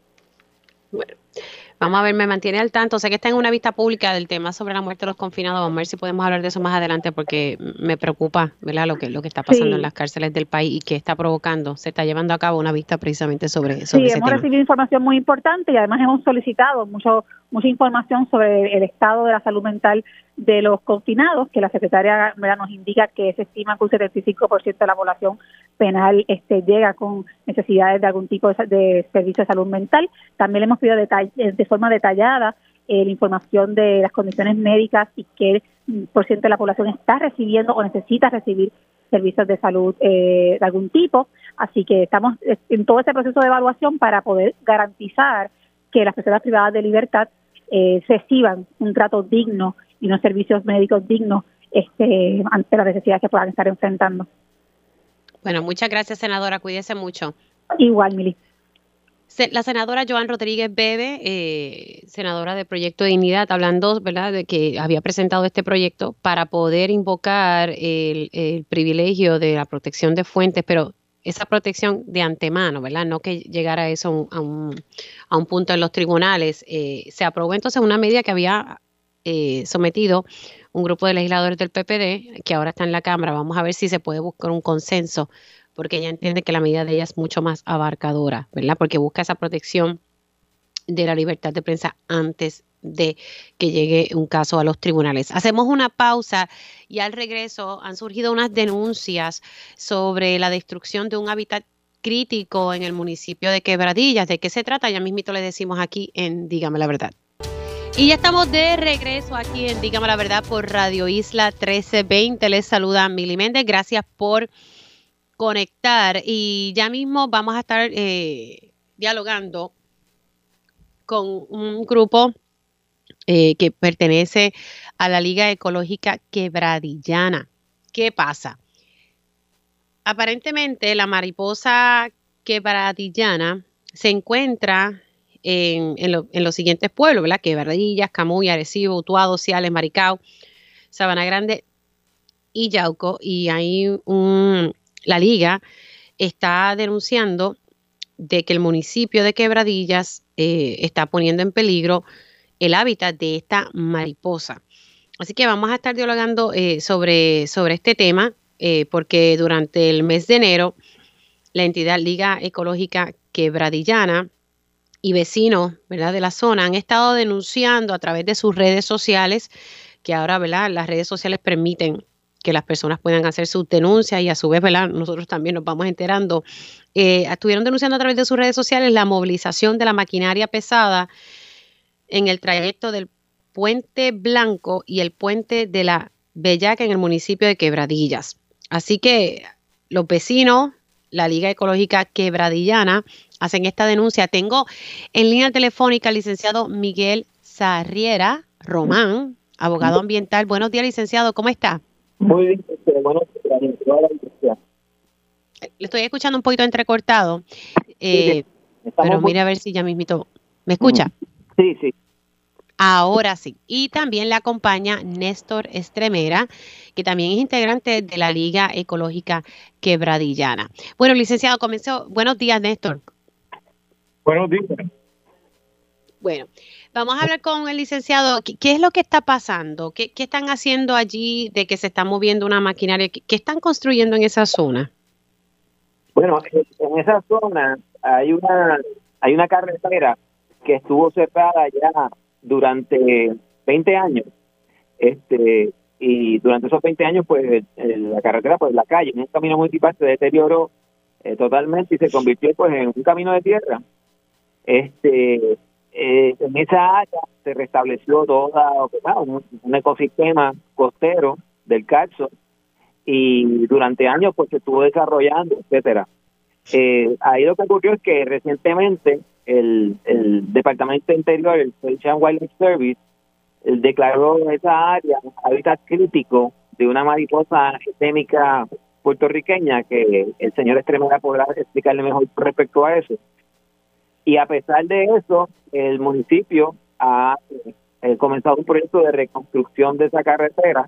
Bueno, vamos a ver, me mantiene al tanto. Sé que está en una vista pública del tema sobre la muerte de los confinados. Vamos a ver si podemos hablar de eso más adelante porque me preocupa, ¿verdad? Lo que está pasando en las cárceles del país y que está provocando. Se está llevando a cabo una vista precisamente sobre ese tema. Hemos recibido información muy importante y además hemos solicitado mucha información sobre el estado de la salud mental de los confinados, que la secretaria, ¿verdad?, nos indica que se estima que un 75% de la población penal llega con necesidades de algún tipo de servicio de salud mental. También le hemos pedido de forma detallada la información de las condiciones médicas y qué por ciento de la población está recibiendo o necesita recibir servicios de salud de algún tipo. Así que estamos en todo ese proceso de evaluación para poder garantizar que las personas privadas de libertad reciban un trato digno y unos servicios médicos dignos ante las necesidades que puedan estar enfrentando. Bueno, muchas gracias, senadora. Cuídese mucho. Igual, Mili. La senadora Joan Rodríguez Bebe, senadora del Proyecto de Dignidad, hablando, ¿verdad?, de que había presentado este proyecto para poder invocar el privilegio de la protección de fuentes, pero esa protección de antemano, ¿verdad?, no que llegara eso a un punto en los tribunales. Se aprobó entonces una medida que había sometido un grupo de legisladores del PPD, que ahora está en la Cámara. Vamos a ver si se puede buscar un consenso, porque ella entiende que la medida de ella es mucho más abarcadora, ¿verdad? Porque busca esa protección de la libertad de prensa antes de que llegue un caso a los tribunales. Hacemos una pausa y al regreso han surgido unas denuncias sobre la destrucción de un hábitat crítico en el municipio de Quebradillas. ¿De qué se trata? Ya mismito le decimos aquí en Dígame la Verdad. Y ya estamos de regreso aquí en Dígame la Verdad por Radio Isla 1320. Les saluda Mili Méndez. Gracias por conectar. Y ya mismo vamos a estar dialogando con un grupo que pertenece a la Liga Ecológica Quebradillana. ¿Qué pasa? Aparentemente la mariposa quebradillana se encuentra en los siguientes pueblos, ¿verdad? Quebradillas, Camuy, Arecibo, Utuado, Ciales, Maricao, Sabana Grande y Yauco. Y ahí la Liga está denunciando de que el municipio de Quebradillas está poniendo en peligro el hábitat de esta mariposa. Así que vamos a estar dialogando sobre este tema porque durante el mes de enero la entidad Liga Ecológica Quebradillana y vecinos, ¿verdad?, de la zona han estado denunciando a través de sus redes sociales, que ahora, ¿verdad?, las redes sociales permiten que las personas puedan hacer sus denuncias y a su vez, ¿verdad?, nosotros también nos vamos enterando. Estuvieron denunciando a través de sus redes sociales la movilización de la maquinaria pesada en el trayecto del Puente Blanco y el Puente de la Bellaca en el municipio de Quebradillas. Así que los vecinos, la Liga Ecológica Quebradillana, hacen esta denuncia. Tengo en línea telefónica al licenciado Miguel Sarriera Román, abogado ambiental. Buenos días, licenciado, ¿cómo está? Muy bien, bueno, le estoy escuchando un poquito entrecortado, pero mire a ver si ya mismito me escucha. Sí, sí. Ahora sí. Y también le acompaña Néstor Estremera, que también es integrante de la Liga Ecológica Quebradillana. Bueno, licenciado, comenzó. Buenos días, Néstor. Buenos días. Bueno, vamos a hablar con el licenciado. ¿Qué es lo que está pasando? ¿Qué están haciendo allí de que se está moviendo una maquinaria? ¿Qué están construyendo en esa zona? Bueno, en esa zona hay una carretera que estuvo cerrada ya durante 20 años. Y durante esos 20 años, pues, la carretera, pues, la calle, un camino municipal se deterioró totalmente y se convirtió, pues, en un camino de tierra. En esa área se restableció un ecosistema costero del Carso y durante años pues se estuvo desarrollando, etcétera. Ahí lo que ocurrió es que recientemente el Departamento de Interior, el Fish and Wildlife Service, declaró esa área hábitat crítico de una mariposa endémica puertorriqueña, que el señor Estremera podrá explicarle mejor respecto a eso. Y a pesar de eso, el municipio ha comenzado un proyecto de reconstrucción de esa carretera.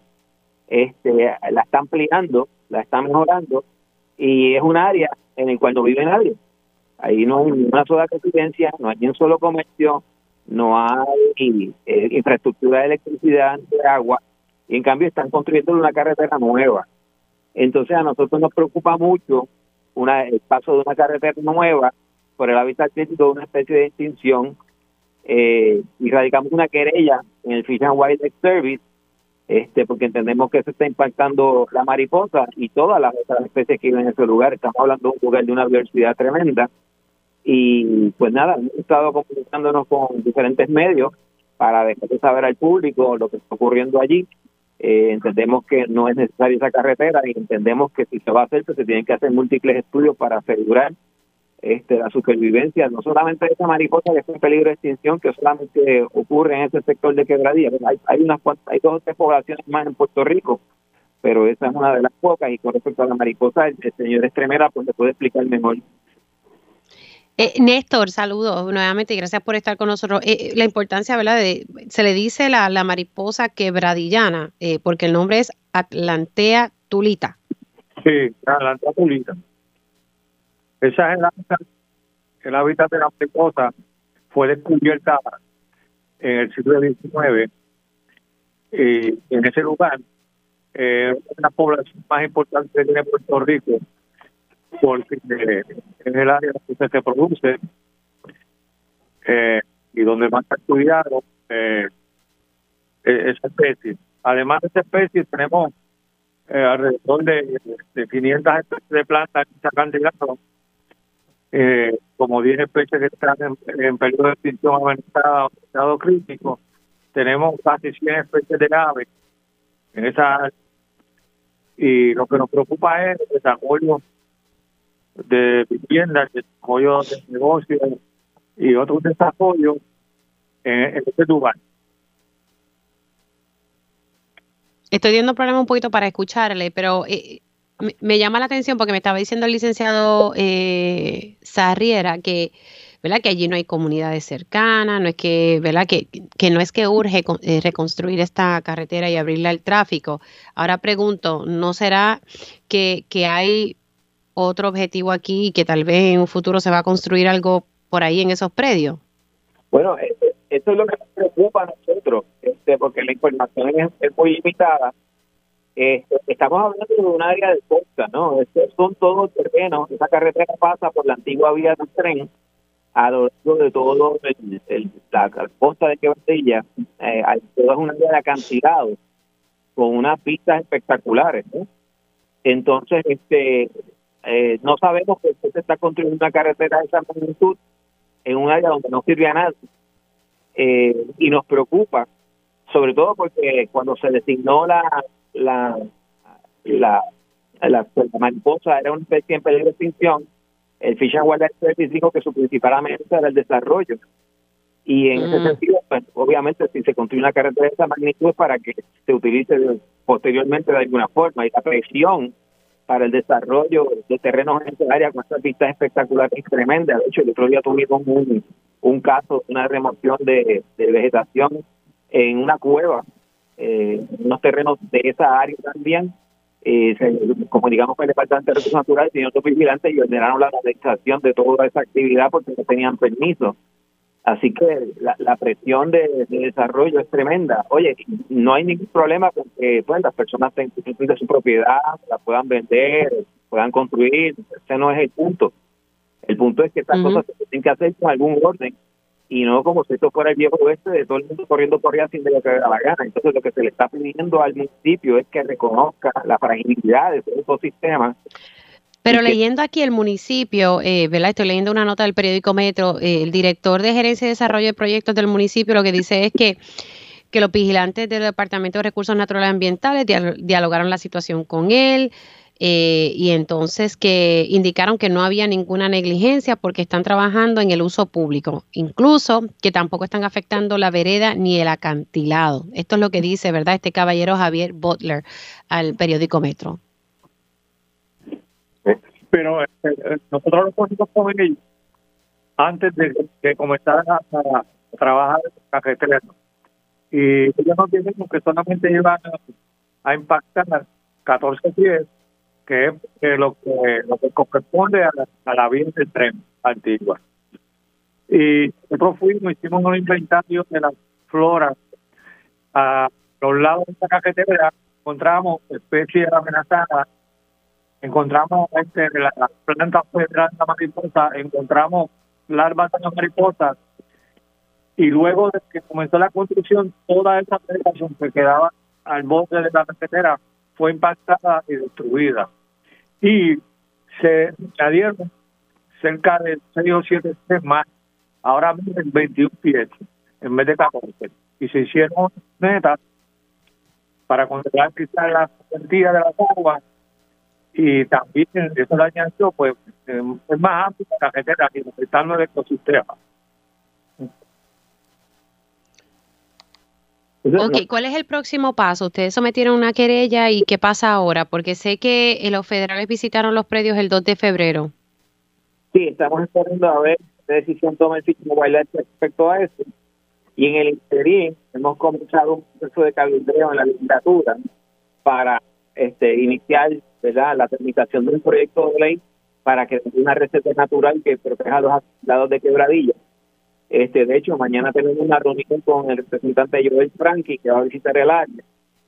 La está ampliando, la está mejorando, y es un área en el cual no vive nadie. Ahí no hay ni una sola residencia, no hay ni un solo comercio, no hay infraestructura de electricidad, de agua, y en cambio están construyendo una carretera nueva. Entonces a nosotros nos preocupa mucho el paso de una carretera nueva por el hábitat crítico de una especie de extinción, y radicamos una querella en el Fish and Wildlife Service, porque entendemos que se está impactando la mariposa y todas las otras especies que viven en ese lugar. Estamos hablando de un lugar de una diversidad tremenda. Y pues nada, hemos estado comunicándonos con diferentes medios para dejar saber al público lo que está ocurriendo allí. Entendemos que no es necesaria esa carretera y entendemos que si se va a hacer, pues se tienen que hacer múltiples estudios para asegurar la supervivencia, no solamente de esa mariposa que está en peligro de extinción, que solamente ocurre en ese sector de Quebradilla. Hay hay 2 o 3 poblaciones más en Puerto Rico, pero esa es una de las pocas, y con respecto a la mariposa, el señor Estremera pues le puede explicar mejor. Néstor, saludos nuevamente y gracias por estar con nosotros. La importancia, ¿verdad? Se le dice la mariposa quebradillana, porque el nombre es Atlantea tulita. Sí, Atlantea tulita. Esa es el hábitat de la mariposa. Fue descubierta en el siglo XIX, y en ese lugar es la población más importante que tiene Puerto Rico, porque es el área donde se produce y donde más está estudiado esa especie. Además de esa especie, tenemos alrededor de 500 especies de plantas en esa cantidad, como 10 especies que están en periodo de extinción amenazada o estado crítico. Tenemos casi 100 especies de aves en esa área. Y lo que nos preocupa es el desarrollo de viviendas, el desarrollo de negocios y otros desarrollos en este lugar. Estoy teniendo problemas un poquito para escucharle, pero me llama la atención porque me estaba diciendo el licenciado Sarriera que, ¿verdad?, que allí no hay comunidades cercanas, no es que, ¿verdad?, que no es que urge reconstruir esta carretera y abrirla al tráfico. Ahora pregunto, ¿no será que hay otro objetivo aquí y que tal vez en un futuro se va a construir algo por ahí en esos predios? Bueno, esto es lo que nos preocupa a nosotros, porque la información es muy limitada. Estamos hablando de un área de costa, ¿no? Estos son todos terrenos. Esa carretera pasa por la antigua vía del tren a lo largo de todo la costa de Quebradilla. Hay toda una área de acantilado con unas pistas espectaculares, ¿no? Entonces, no sabemos que se está construyendo una carretera de esa magnitud en un área donde no sirve a nadie. Y nos preocupa, sobre todo porque cuando se designó la mariposa era una especie en peligro de extinción, el Fish and Wildlife Service dijo que su principal amenaza era el desarrollo. Y en ese sentido, pues, obviamente, si se construye una carretera de esa magnitud es para que se utilice posteriormente de alguna forma. Y la presión para el desarrollo de terrenos en esa área con estas vistas espectaculares es tremenda. De hecho, el otro día tuvimos un caso, una remoción de vegetación en una cueva, unos terrenos de esa área también. Como digamos, el Departamento de Recursos Naturales y otros vigilantes y ordenaron la realización de toda esa actividad porque no tenían permiso. Así que la presión de desarrollo es tremenda. Oye, no hay ningún problema con que pues, las personas tengan de su propiedad, la puedan vender, puedan construir. Ese no es el punto. El punto es que estas cosas se tienen que hacer con algún orden y no como si esto fuera el viejo oeste de todo el mundo corriendo por allá sin de lo que da la gana. Entonces lo que se le está pidiendo al municipio es que reconozca la fragilidad de ese ecosistema. Pero leyendo aquí el municipio, ¿verdad? Estoy leyendo una nota del periódico Metro, el director de Gerencia y Desarrollo de Proyectos del municipio lo que dice es que los vigilantes del Departamento de Recursos Naturales y Ambientales dialogaron la situación con él y entonces que indicaron que no había ninguna negligencia porque están trabajando en el uso público, incluso que tampoco están afectando la vereda ni el acantilado. Esto es lo que dice, ¿verdad?, este caballero Javier Butler al periódico Metro. Pero nosotros los políticos con ellos, antes de comenzar a trabajar en la carretera, y ellos nos dicen que solamente iban a impactar 14 pies, que es lo que corresponde a la vía del tren, antiguas. Y nosotros hicimos un inventario de la flora a los lados de esta carretera, encontramos especies amenazadas, encontramos la planta federal de la mariposa, encontramos larvas de la mariposa, y luego de que comenzó la construcción, toda esa vegetación que quedaba al borde de la carretera fue impactada y destruida. Y se añadieron cerca de 6 o 7 pies más, ahora miden 21 pies en vez de 14. Y se hicieron metas para controlar quizás la cantidad de las aguas, y también eso le añadió, pues, es más amplia la carretera y afectando el ecosistema. Ok, ¿cuál es el próximo paso? Ustedes sometieron una querella y ¿qué pasa ahora? Porque sé que los federales visitaron los predios el 2 de febrero. Sí, estamos esperando a ver qué decisión toma el Fish and Wildlife respecto a eso. Y en el interín hemos comenzado un proceso de cabildeo en la legislatura para iniciar, ¿verdad?, la tramitación de un proyecto de ley para que tenga una reserva natural que proteja a los lados de Quebradilla. De hecho, mañana tenemos una reunión con el representante Joel Franchi, que va a visitar el área,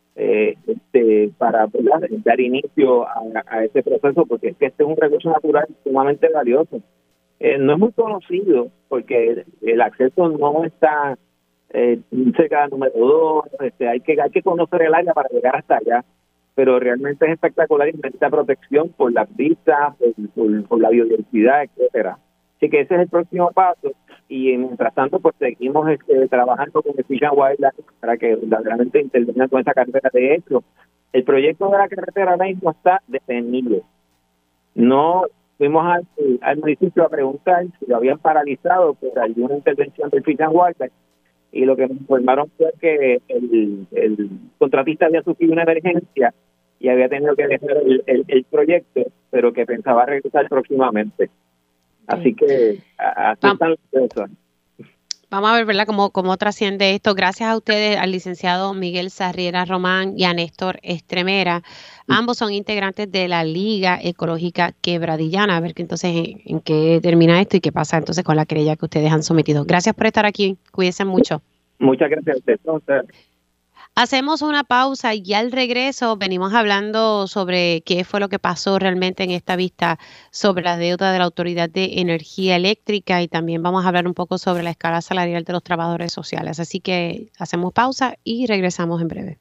para, ¿verdad?, dar inicio a este proceso, porque es que este es un recurso natural sumamente valioso. No es muy conocido porque el acceso no está cerca del número 2, hay que conocer el área para llegar hasta allá, pero realmente es espectacular y necesita protección por las vistas, por la biodiversidad, etcétera. Así que ese es el próximo paso, y mientras tanto pues seguimos trabajando con el Fish and Wildlife para que verdaderamente intervengan con esa carretera. De hecho, el proyecto de la carretera ahora mismo está detenido. No fuimos al municipio a preguntar si lo habían paralizado por alguna intervención del Fish and Wildlife, y lo que nos informaron fue que el contratista había sufrido una emergencia y había tenido que dejar el proyecto, pero que pensaba regresar próximamente. Así que así están las cosas. Vamos a ver, ¿verdad?, cómo trasciende esto. Gracias a ustedes, al licenciado Miguel Sarriera Román y a Néstor Estremera. Ambos son integrantes de la Liga Ecológica Quebradillana. A ver entonces en qué termina esto y qué pasa entonces con la querella que ustedes han sometido. Gracias por estar aquí. Cuídense mucho. Muchas gracias a usted. Hacemos una pausa y al regreso venimos hablando sobre qué fue lo que pasó realmente en esta vista sobre la deuda de la Autoridad de Energía Eléctrica, y también vamos a hablar un poco sobre la escala salarial de los trabajadores sociales. Así que hacemos pausa y regresamos en breve.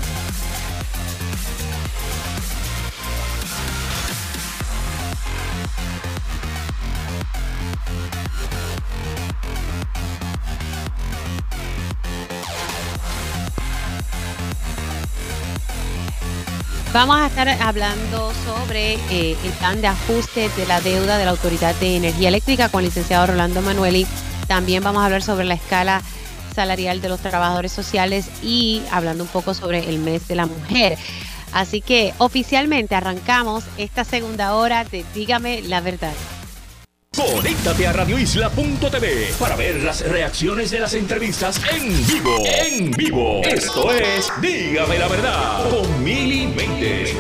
Vamos a estar hablando sobre el plan de ajuste de la deuda de la Autoridad de Energía Eléctrica con el licenciado Rolando Emanueli. También vamos a hablar sobre la escala salarial de los trabajadores sociales y hablando un poco sobre el mes de la mujer. Así que oficialmente arrancamos esta segunda hora de Dígame la Verdad. Conéctate a radioisla.tv para ver las reacciones de las entrevistas en vivo. En vivo. Esto es Dígame la Verdad con Mili Méndez.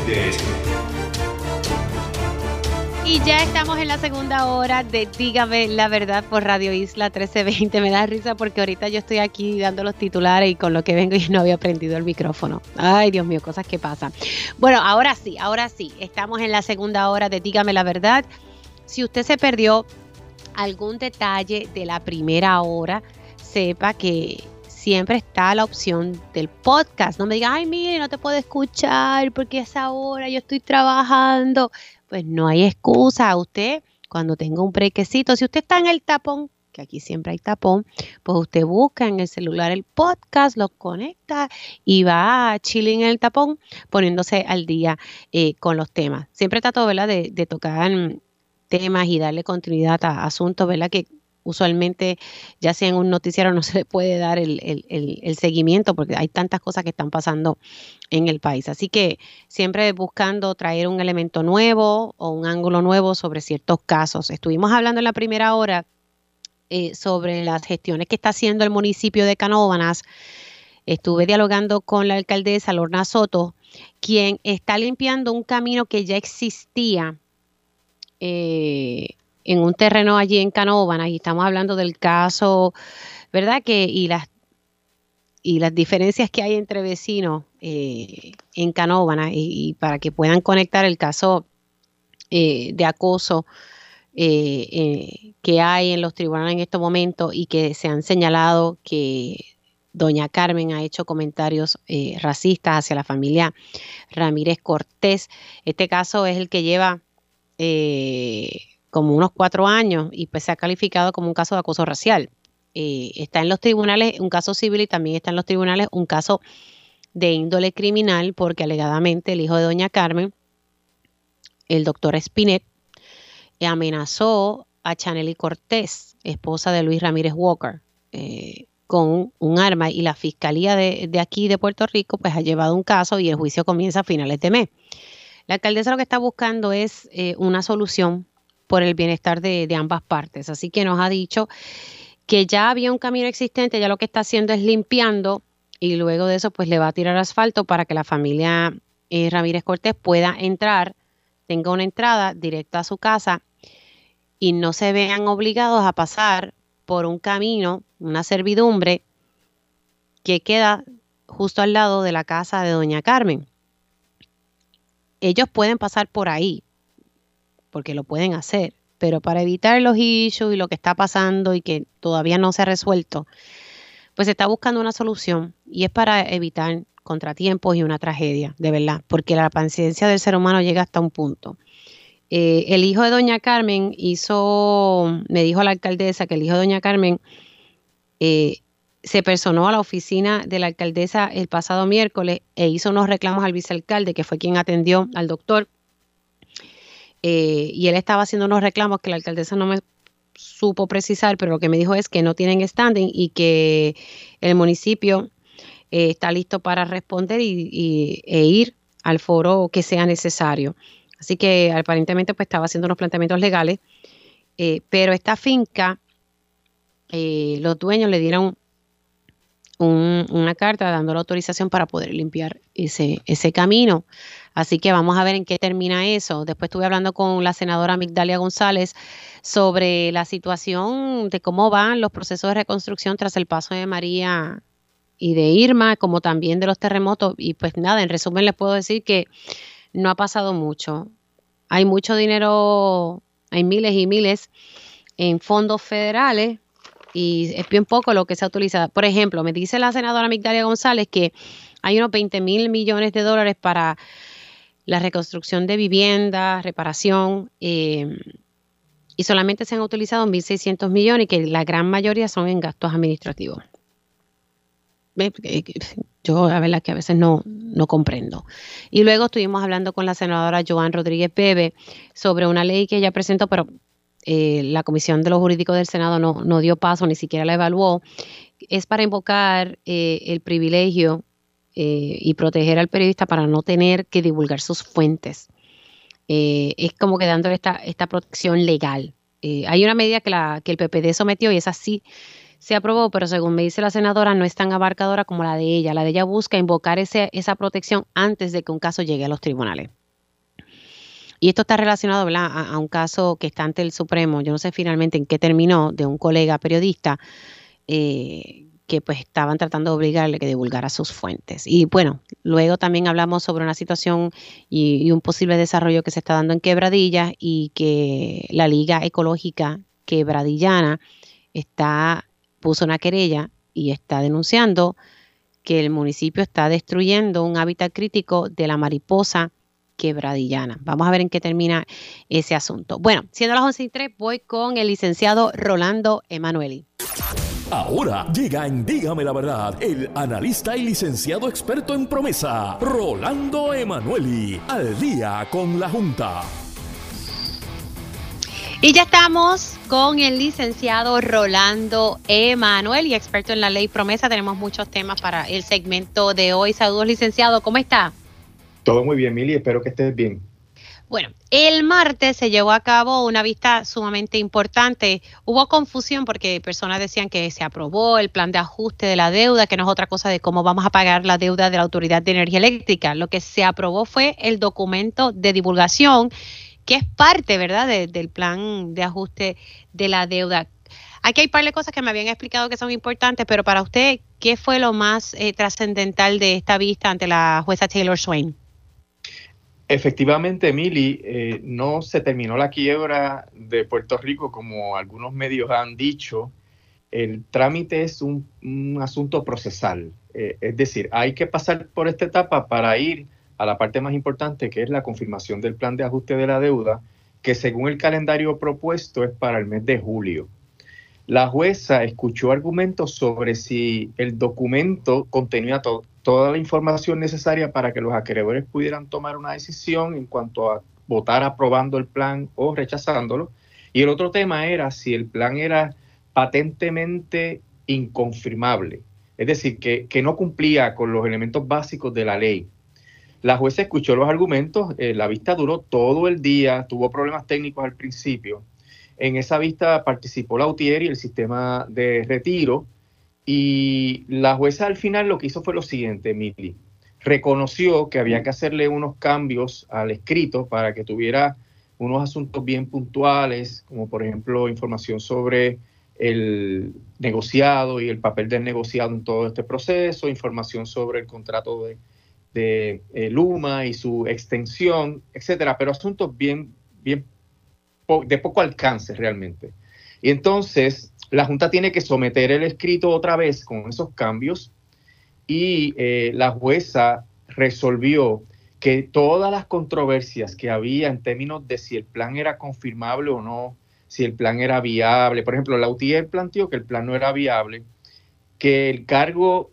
Y ya estamos en la segunda hora de Dígame la Verdad por Radio Isla 1320. Me da risa porque ahorita yo estoy aquí dando los titulares y con lo que vengo y no había prendido el micrófono. Ay, Dios mío, cosas que pasan. Bueno, ahora sí, estamos en la segunda hora de Dígame la Verdad. Si usted se perdió algún detalle de la primera hora, sepa que siempre está la opción del podcast. No me diga, ay, mire, no te puedo escuchar porque a esa hora yo estoy trabajando. Pues no hay excusa. Usted, cuando tenga un brequecito, si usted está en el tapón, que aquí siempre hay tapón, pues usted busca en el celular el podcast, lo conecta y va chilling en el tapón poniéndose al día con los temas. Siempre trato, ¿verdad?, de tocar temas y darle continuidad a asuntos, ¿verdad?, que usualmente ya sea en un noticiero no se le puede dar el seguimiento porque hay tantas cosas que están pasando en el país. Así que siempre buscando traer un elemento nuevo o un ángulo nuevo sobre ciertos casos. Estuvimos hablando en la primera hora sobre las gestiones que está haciendo el municipio de Canóvanas. Estuve dialogando con la alcaldesa Lorna Soto, quien está limpiando un camino que ya existía en un terreno allí en Canóvanas, y estamos hablando del caso, ¿verdad? Y las diferencias que hay entre vecinos en Canóvanas, y para que puedan conectar el caso de acoso que hay en los tribunales en estos momentos, y que se han señalado que doña Carmen ha hecho comentarios racistas hacia la familia Ramírez Cortés. Este caso es el que lleva como unos 4 años, y pues se ha calificado como un caso de acoso racial. Está en los tribunales un caso civil, y también está en los tribunales un caso de índole criminal, porque alegadamente el hijo de doña Carmen, el doctor Espinet, amenazó a Chanely Cortés, esposa de Luis Ramírez Walker, con un arma, y la fiscalía de aquí de Puerto Rico pues ha llevado un caso, y el juicio comienza a finales de mes. La alcaldesa lo que está buscando es una solución por el bienestar de ambas partes, así que nos ha dicho que ya había un camino existente, ya lo que está haciendo es limpiando, y luego de eso pues le va a tirar asfalto para que la familia Ramírez Cortés pueda entrar, tenga una entrada directa a su casa, y no se vean obligados a pasar por un camino, una servidumbre que queda justo al lado de la casa de doña Carmen. Ellos pueden pasar por ahí, porque lo pueden hacer, pero para evitar los issues y lo que está pasando y que todavía no se ha resuelto, pues se está buscando una solución, y es para evitar contratiempos y una tragedia, de verdad, porque la paciencia del ser humano llega hasta un punto. El hijo de doña Carmen me dijo a la alcaldesa que el hijo de doña Carmen se personó a la oficina de la alcaldesa el pasado miércoles e hizo unos reclamos al vicealcalde, que fue quien atendió al doctor, y él estaba haciendo unos reclamos que la alcaldesa no me supo precisar, pero lo que me dijo es que no tienen standing, y que el municipio está listo para responder e ir al foro que sea necesario. Así que aparentemente pues estaba haciendo unos planteamientos legales, pero esta finca, los dueños le dieron una carta dando la autorización para poder limpiar ese camino. Así que vamos a ver en qué termina eso. Después estuve hablando con la senadora Migdalia González sobre la situación de cómo van los procesos de reconstrucción tras el paso de María y de Irma, como también de los terremotos. Y pues nada, en resumen les puedo decir que no ha pasado mucho. Hay mucho dinero, hay miles y miles en fondos federales, y es bien poco lo que se ha utilizado. Por ejemplo, me dice la senadora Migdalia González que hay unos 20,000 millones de dólares para la reconstrucción de viviendas, reparación, y solamente se han utilizado 1.600 millones, y que la gran mayoría son en gastos administrativos. Yo la verdad que a veces no comprendo. Y luego estuvimos hablando con la senadora Joan Rodríguez Bebe sobre una ley que ella presentó, pero la Comisión de los Jurídicos del Senado no dio paso, ni siquiera la evaluó. Es para invocar el privilegio y proteger al periodista para no tener que divulgar sus fuentes. Es como que dándole esta protección legal. Hay una medida que el PPD sometió, y esa sí se aprobó, pero según me dice la senadora, no es tan abarcadora como la de ella. La de ella busca invocar esa protección antes de que un caso llegue a los tribunales. Y esto está relacionado, ¿verdad?, a un caso que está ante el Supremo. Yo no sé finalmente en qué terminó, de un colega periodista que pues estaban tratando de obligarle a que divulgara sus fuentes. Y bueno, luego también hablamos sobre una situación y un posible desarrollo que se está dando en Quebradillas, y que la Liga Ecológica Quebradillana puso una querella y está denunciando que el municipio está destruyendo un hábitat crítico de la mariposa quebradillana. Vamos a ver en qué termina ese asunto. Bueno, siendo las 11:03, voy con el licenciado Rolando Emanueli. Ahora llega en Dígame la Verdad el analista y licenciado experto en promesa, Rolando Emanueli, al día con la Junta. Y ya estamos con el licenciado Rolando Emanueli, experto en la ley promesa. Tenemos muchos temas para el segmento de hoy. Saludos, licenciado, ¿cómo está? Todo muy bien, Mili, espero que estés bien. Bueno, el martes se llevó a cabo una vista sumamente importante. Hubo confusión porque personas decían que se aprobó el plan de ajuste de la deuda, que no es otra cosa de cómo vamos a pagar la deuda de la Autoridad de Energía Eléctrica. Lo que se aprobó fue el documento de divulgación que es parte, ¿verdad?, del plan de ajuste de la deuda. Aquí hay un par de cosas que me habían explicado que son importantes, pero para usted, ¿qué fue lo más trascendental de esta vista ante la jueza Taylor Swain? Efectivamente, Mili, no se terminó la quiebra de Puerto Rico como algunos medios han dicho. El trámite es un asunto procesal. Es decir, hay que pasar por esta etapa para ir a la parte más importante, que es la confirmación del plan de ajuste de la deuda, que según el calendario propuesto es para el mes de julio. La jueza escuchó argumentos sobre si el documento contenía toda la información necesaria para que los acreedores pudieran tomar una decisión en cuanto a votar aprobando el plan o rechazándolo. Y el otro tema era si el plan era patentemente inconfirmable, es decir, que no cumplía con los elementos básicos de la ley. La jueza escuchó los argumentos, la vista duró todo el día, tuvo problemas técnicos al principio. En esa vista participó la UTIER y el sistema de retiro, y la jueza al final lo que hizo fue lo siguiente, Mili. Reconoció que había que hacerle unos cambios al escrito para que tuviera unos asuntos bien puntuales, como por ejemplo información sobre el negociado y el papel del negociado en todo este proceso, información sobre el contrato de Luma y su extensión, etcétera, pero asuntos bien de poco alcance realmente. Y entonces la Junta tiene que someter el escrito otra vez con esos cambios, y la jueza resolvió que todas las controversias que había en términos de si el plan era confirmable o no, si el plan era viable. Por ejemplo, la UTIER planteó que el plan no era viable, que el cargo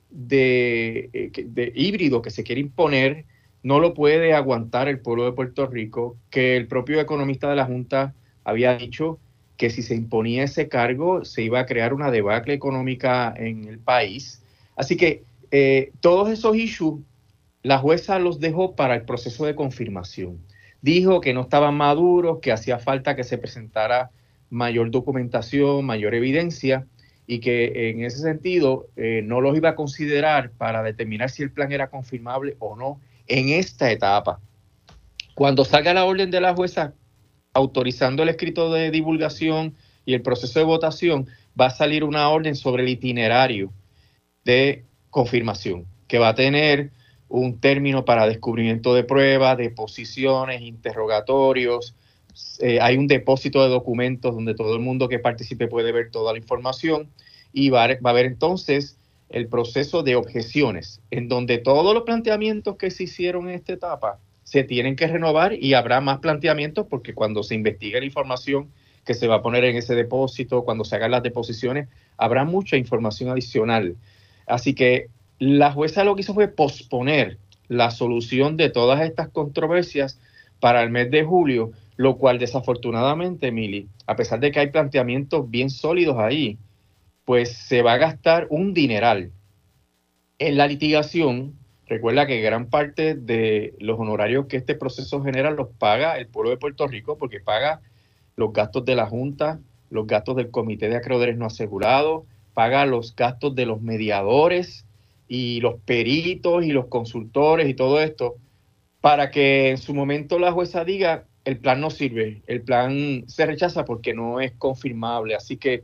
de híbrido que se quiere imponer no lo puede aguantar el pueblo de Puerto Rico, que el propio economista de la Junta había dicho que si se imponía ese cargo se iba a crear una debacle económica en el país. Así que todos esos issues la jueza los dejó para el proceso de confirmación. Dijo que no estaban maduros, que hacía falta que se presentara mayor documentación, mayor evidencia, y que en ese sentido no los iba a considerar para determinar si el plan era confirmable o no en esta etapa. Cuando salga la orden de la jueza autorizando el escrito de divulgación y el proceso de votación, va a salir una orden sobre el itinerario de confirmación, que va a tener un término para descubrimiento de pruebas, deposiciones, interrogatorios. Hay un depósito de documentos donde todo el mundo que participe puede ver toda la información, y va a haber entonces el proceso de objeciones, en donde todos los planteamientos que se hicieron en esta etapa se tienen que renovar, y habrá más planteamientos porque cuando se investigue la información que se va a poner en ese depósito, cuando se hagan las deposiciones, habrá mucha información adicional. Así que la jueza lo que hizo fue posponer la solución de todas estas controversias para el mes de julio, lo cual desafortunadamente, Mili, a pesar de que hay planteamientos bien sólidos ahí, pues se va a gastar un dineral en la litigación. Recuerda que gran parte de los honorarios que este proceso genera los paga el pueblo de Puerto Rico, porque paga los gastos de la Junta, los gastos del Comité de Acreedores No Asegurados, paga los gastos de los mediadores y los peritos y los consultores y todo esto, para que en su momento la jueza diga el plan no sirve, el plan se rechaza porque no es confirmable. Así que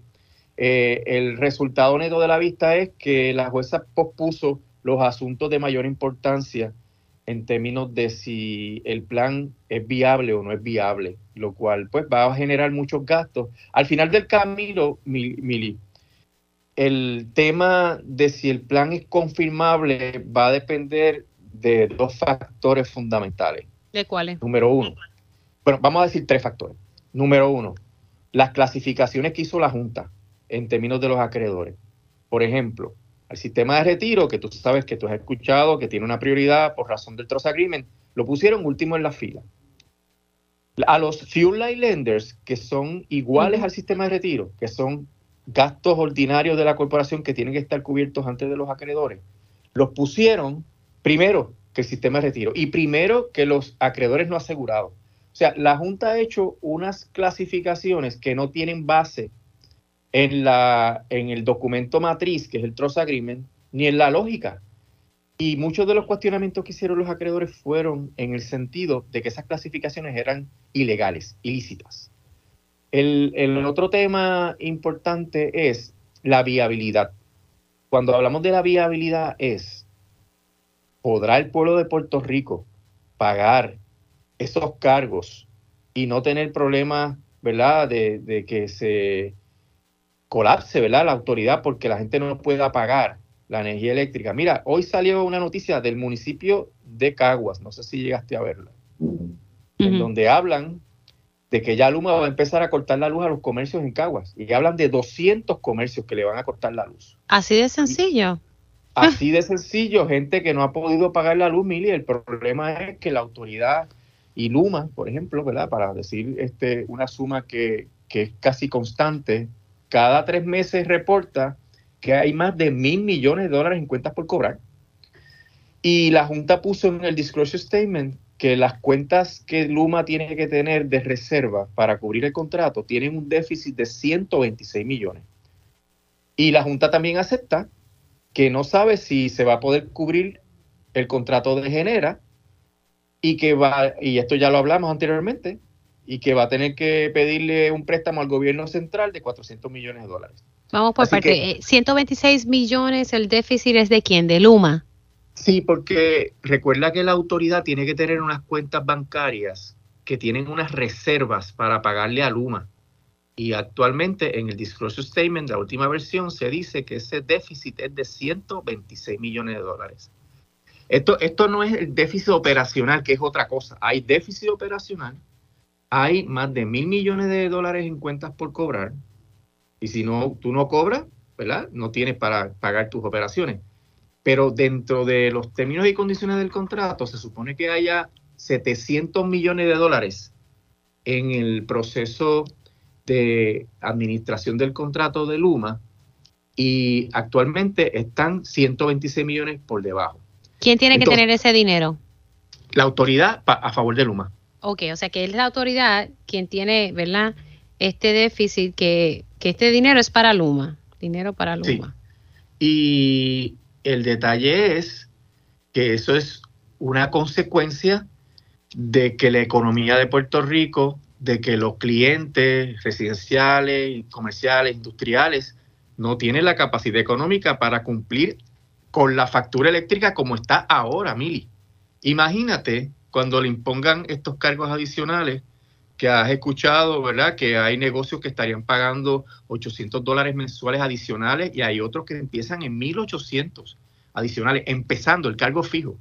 el resultado neto de la vista es que la jueza pospuso los asuntos de mayor importancia en términos de si el plan es viable o no es viable, lo cual pues va a generar muchos gastos. Al final del camino, Mili, el tema de si el plan es confirmable va a depender de dos factores fundamentales. ¿De cuáles? Número uno, bueno, vamos a decir tres factores. Número uno, las clasificaciones que hizo la Junta en términos de los acreedores. Por ejemplo, el sistema de retiro, que tú sabes que tú has escuchado, que tiene una prioridad por razón del Trust Agreement, lo pusieron último en la fila. A los Fuel Line Lenders, que son iguales al sistema de retiro, que son gastos ordinarios de la corporación que tienen que estar cubiertos antes de los acreedores, los pusieron primero que el sistema de retiro y primero que los acreedores no asegurados. O sea, la Junta ha hecho unas clasificaciones que no tienen base en el documento matriz, que es el Trust Agreement, ni en la lógica. Y muchos de los cuestionamientos que hicieron los acreedores fueron en el sentido de que esas clasificaciones eran ilegales, ilícitas. El otro tema importante es la viabilidad. Cuando hablamos de la viabilidad ¿podrá el pueblo de Puerto Rico pagar esos cargos y no tener problemas, ¿verdad?, de que se colapse, ¿verdad?, la autoridad porque la gente no pueda pagar la energía eléctrica? Mira, hoy salió una noticia del municipio de Caguas, no sé si llegaste a verla, en donde hablan de que ya Luma va a empezar a cortar la luz a los comercios en Caguas, y hablan de 200 comercios que le van a cortar la luz. Así de sencillo. Así de sencillo, gente que no ha podido pagar la luz, Mili. El problema es que la autoridad y Luma, por ejemplo, ¿verdad?, para decir una suma que es casi constante, cada 3 meses reporta que hay más de $1,000 millones en cuentas por cobrar. Y la Junta puso en el Disclosure Statement que las cuentas que Luma tiene que tener de reserva para cubrir el contrato tienen un déficit de 126 millones. Y la Junta también acepta que no sabe si se va a poder cubrir el contrato de Genera y esto ya lo hablamos anteriormente, y que va a tener que pedirle un préstamo al gobierno central de $400 millones. Vamos por parte. 126 millones, ¿el déficit es de quién? ¿De Luma? Sí, porque recuerda que la autoridad tiene que tener unas cuentas bancarias que tienen unas reservas para pagarle a Luma. Y actualmente en el Disclosure Statement, la última versión, se dice que ese déficit es de $126 millones. Esto no es el déficit operacional, que es otra cosa. Hay déficit operacional, hay más de $1,000 millones en cuentas por cobrar. Y si no, tú no cobras, ¿verdad?, no tienes para pagar tus operaciones. Pero dentro de los términos y condiciones del contrato, se supone que haya $700 millones en el proceso de administración del contrato de Luma, y actualmente están 126 millones por debajo. ¿Quién tiene que tener ese dinero? La autoridad a favor de Luma. Ok, o sea que es la autoridad quien tiene, ¿verdad?, este déficit, que este dinero es para Luma, dinero para Luma. Sí. Y el detalle es que eso es una consecuencia de que la economía de Puerto Rico, de que los clientes residenciales, comerciales, industriales, no tienen la capacidad económica para cumplir con la factura eléctrica como está ahora, Mili. Imagínate cuando le impongan estos cargos adicionales, que has escuchado, ¿verdad?, que hay negocios que estarían pagando $800 mensuales adicionales, y hay otros que empiezan en $1,800 adicionales, empezando el cargo fijo.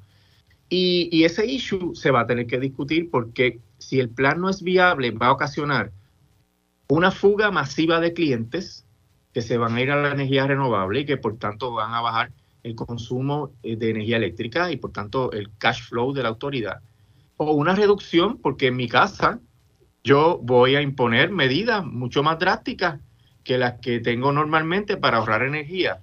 Y ese issue se va a tener que discutir, porque si el plan no es viable, va a ocasionar una fuga masiva de clientes que se van a ir a la energía renovable y que por tanto van a bajar el consumo de energía eléctrica y por tanto el cash flow de la autoridad. O una reducción, porque en mi casa yo voy a imponer medidas mucho más drásticas que las que tengo normalmente para ahorrar energía.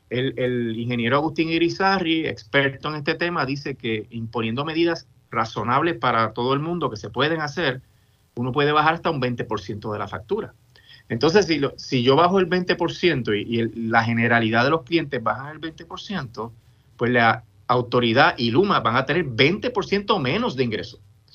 El ingeniero Agustín Irizarry, experto en este tema, dice que imponiendo medidas razonables para todo el mundo que se pueden hacer, uno puede bajar hasta un 20% de la factura. Entonces, si yo bajo el 20% y la generalidad de los clientes bajan el 20%, pues la autoridad y Luma van a tener 20% menos de ingresos.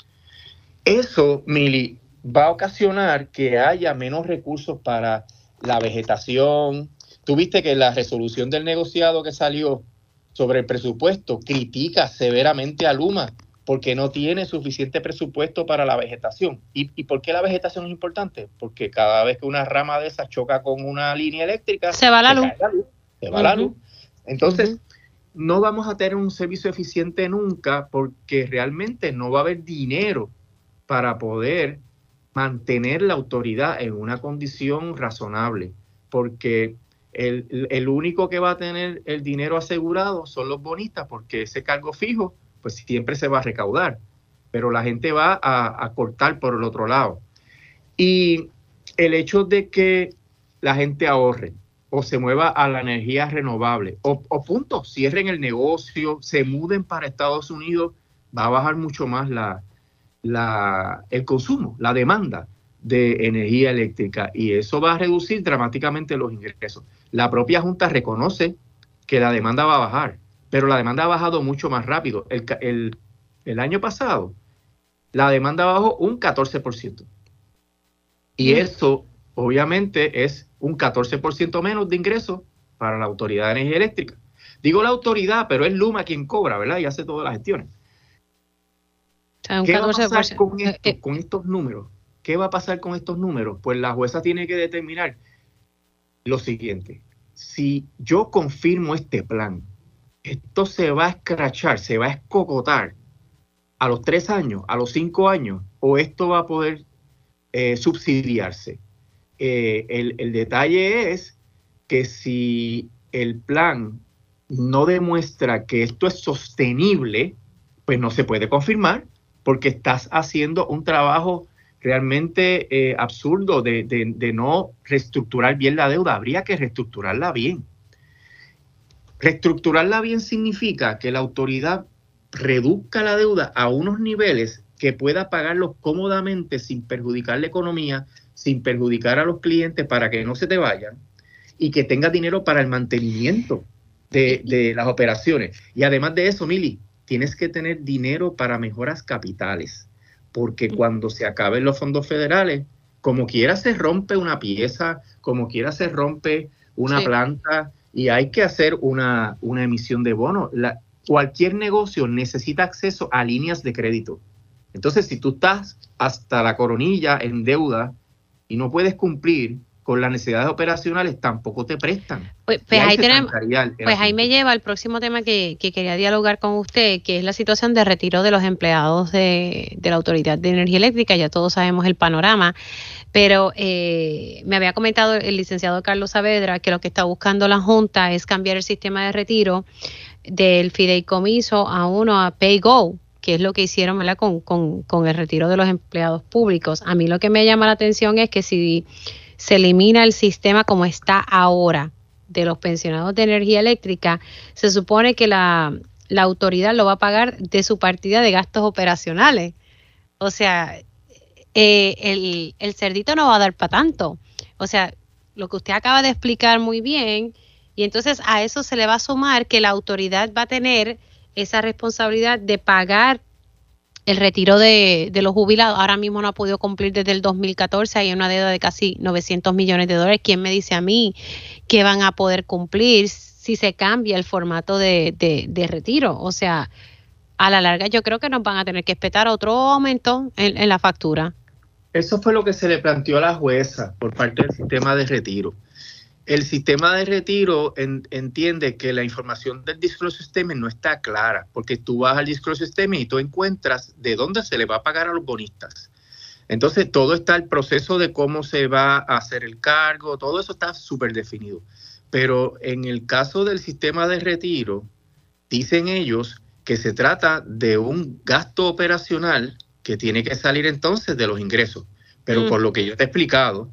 Eso, Mili, va a ocasionar que haya menos recursos para la vegetación. Tuviste que la resolución del negociado que salió sobre el presupuesto critica severamente a Luma porque no tiene suficiente presupuesto para la vegetación. ¿Y por qué la vegetación es importante? Porque cada vez que una rama de esas choca con una línea eléctrica, se va la luz. Se va la luz. Entonces, no vamos a tener un servicio eficiente nunca, porque realmente no va a haber dinero para poder mantener la autoridad en una condición razonable, porque el único que va a tener el dinero asegurado son los bonistas, porque ese cargo fijo pues siempre se va a recaudar, pero la gente va a cortar por el otro lado. Y el hecho de que la gente ahorre o se mueva a la energía renovable o punto, cierren el negocio, se muden para Estados Unidos, va a bajar mucho más el consumo, la demanda de energía eléctrica, y eso va a reducir dramáticamente los ingresos. La propia Junta reconoce que la demanda va a bajar, pero la demanda ha bajado mucho más rápido. El año pasado, la demanda bajó un 14%. Y eso, obviamente, es un 14% menos de ingresos para la Autoridad de Energía Eléctrica. Digo la autoridad, pero es Luma quien cobra, ¿verdad? Y hace todas las gestiones. ¿Qué va a pasar con estos números? ¿Qué va a pasar con estos números? Pues la jueza tiene que determinar lo siguiente. Si yo confirmo este plan, esto se va a escrachar, se va a escocotar a los 3 años, a los 5 años, o esto va a poder subsidiarse. El detalle es que si el plan no demuestra que esto es sostenible, pues no se puede confirmar, porque estás haciendo un trabajo realmente absurdo de no reestructurar bien la deuda. Habría que reestructurarla bien. Reestructurarla bien significa que la autoridad reduzca la deuda a unos niveles que pueda pagarlos cómodamente sin perjudicar la economía, sin perjudicar a los clientes para que no se te vayan y que tenga dinero para el mantenimiento de las operaciones. Y además de eso, Mili, tienes que tener dinero para mejoras capitales, porque cuando se acaben los fondos federales, como quiera se rompe una pieza, como quiera se rompe una planta y hay que hacer una emisión de bonos. Cualquier negocio necesita acceso a líneas de crédito. Entonces, si tú estás hasta la coronilla en deuda y no puedes cumplir con las necesidades operacionales, tampoco te prestan. Pues ahí me lleva al próximo tema que quería dialogar con usted, que es la situación de retiro de los empleados de la Autoridad de Energía Eléctrica. Ya todos sabemos el panorama, pero me había comentado el licenciado Carlos Saavedra que lo que está buscando la Junta es cambiar el sistema de retiro del fideicomiso a pay-go, que es lo que hicieron, ¿verdad?, con el retiro de los empleados públicos. A mí lo que me llama la atención es que si se elimina el sistema como está ahora de los pensionados de energía eléctrica, se supone que la autoridad lo va a pagar de su partida de gastos operacionales. O sea, el cerdito no va a dar para tanto. O sea, lo que usted acaba de explicar muy bien, y entonces a eso se le va a sumar que la autoridad va a tener esa responsabilidad de pagar el retiro de los jubilados. Ahora mismo no ha podido cumplir desde el 2014, hay una deuda de casi $900 millones. ¿Quién me dice a mí que van a poder cumplir si se cambia el formato de retiro? O sea, a la larga yo creo que nos van a tener que esperar otro aumento en la factura. Eso fue lo que se le planteó a la jueza por parte del sistema de retiro. El sistema de retiro entiende que la información del disclosure statement no está clara, porque tú vas al disclosure statement y tú encuentras de dónde se le va a pagar a los bonistas. Entonces, todo está el proceso de cómo se va a hacer el cargo, todo eso está súper definido. Pero en el caso del sistema de retiro, dicen ellos que se trata de un gasto operacional que tiene que salir entonces de los ingresos. Pero por lo que yo te he explicado,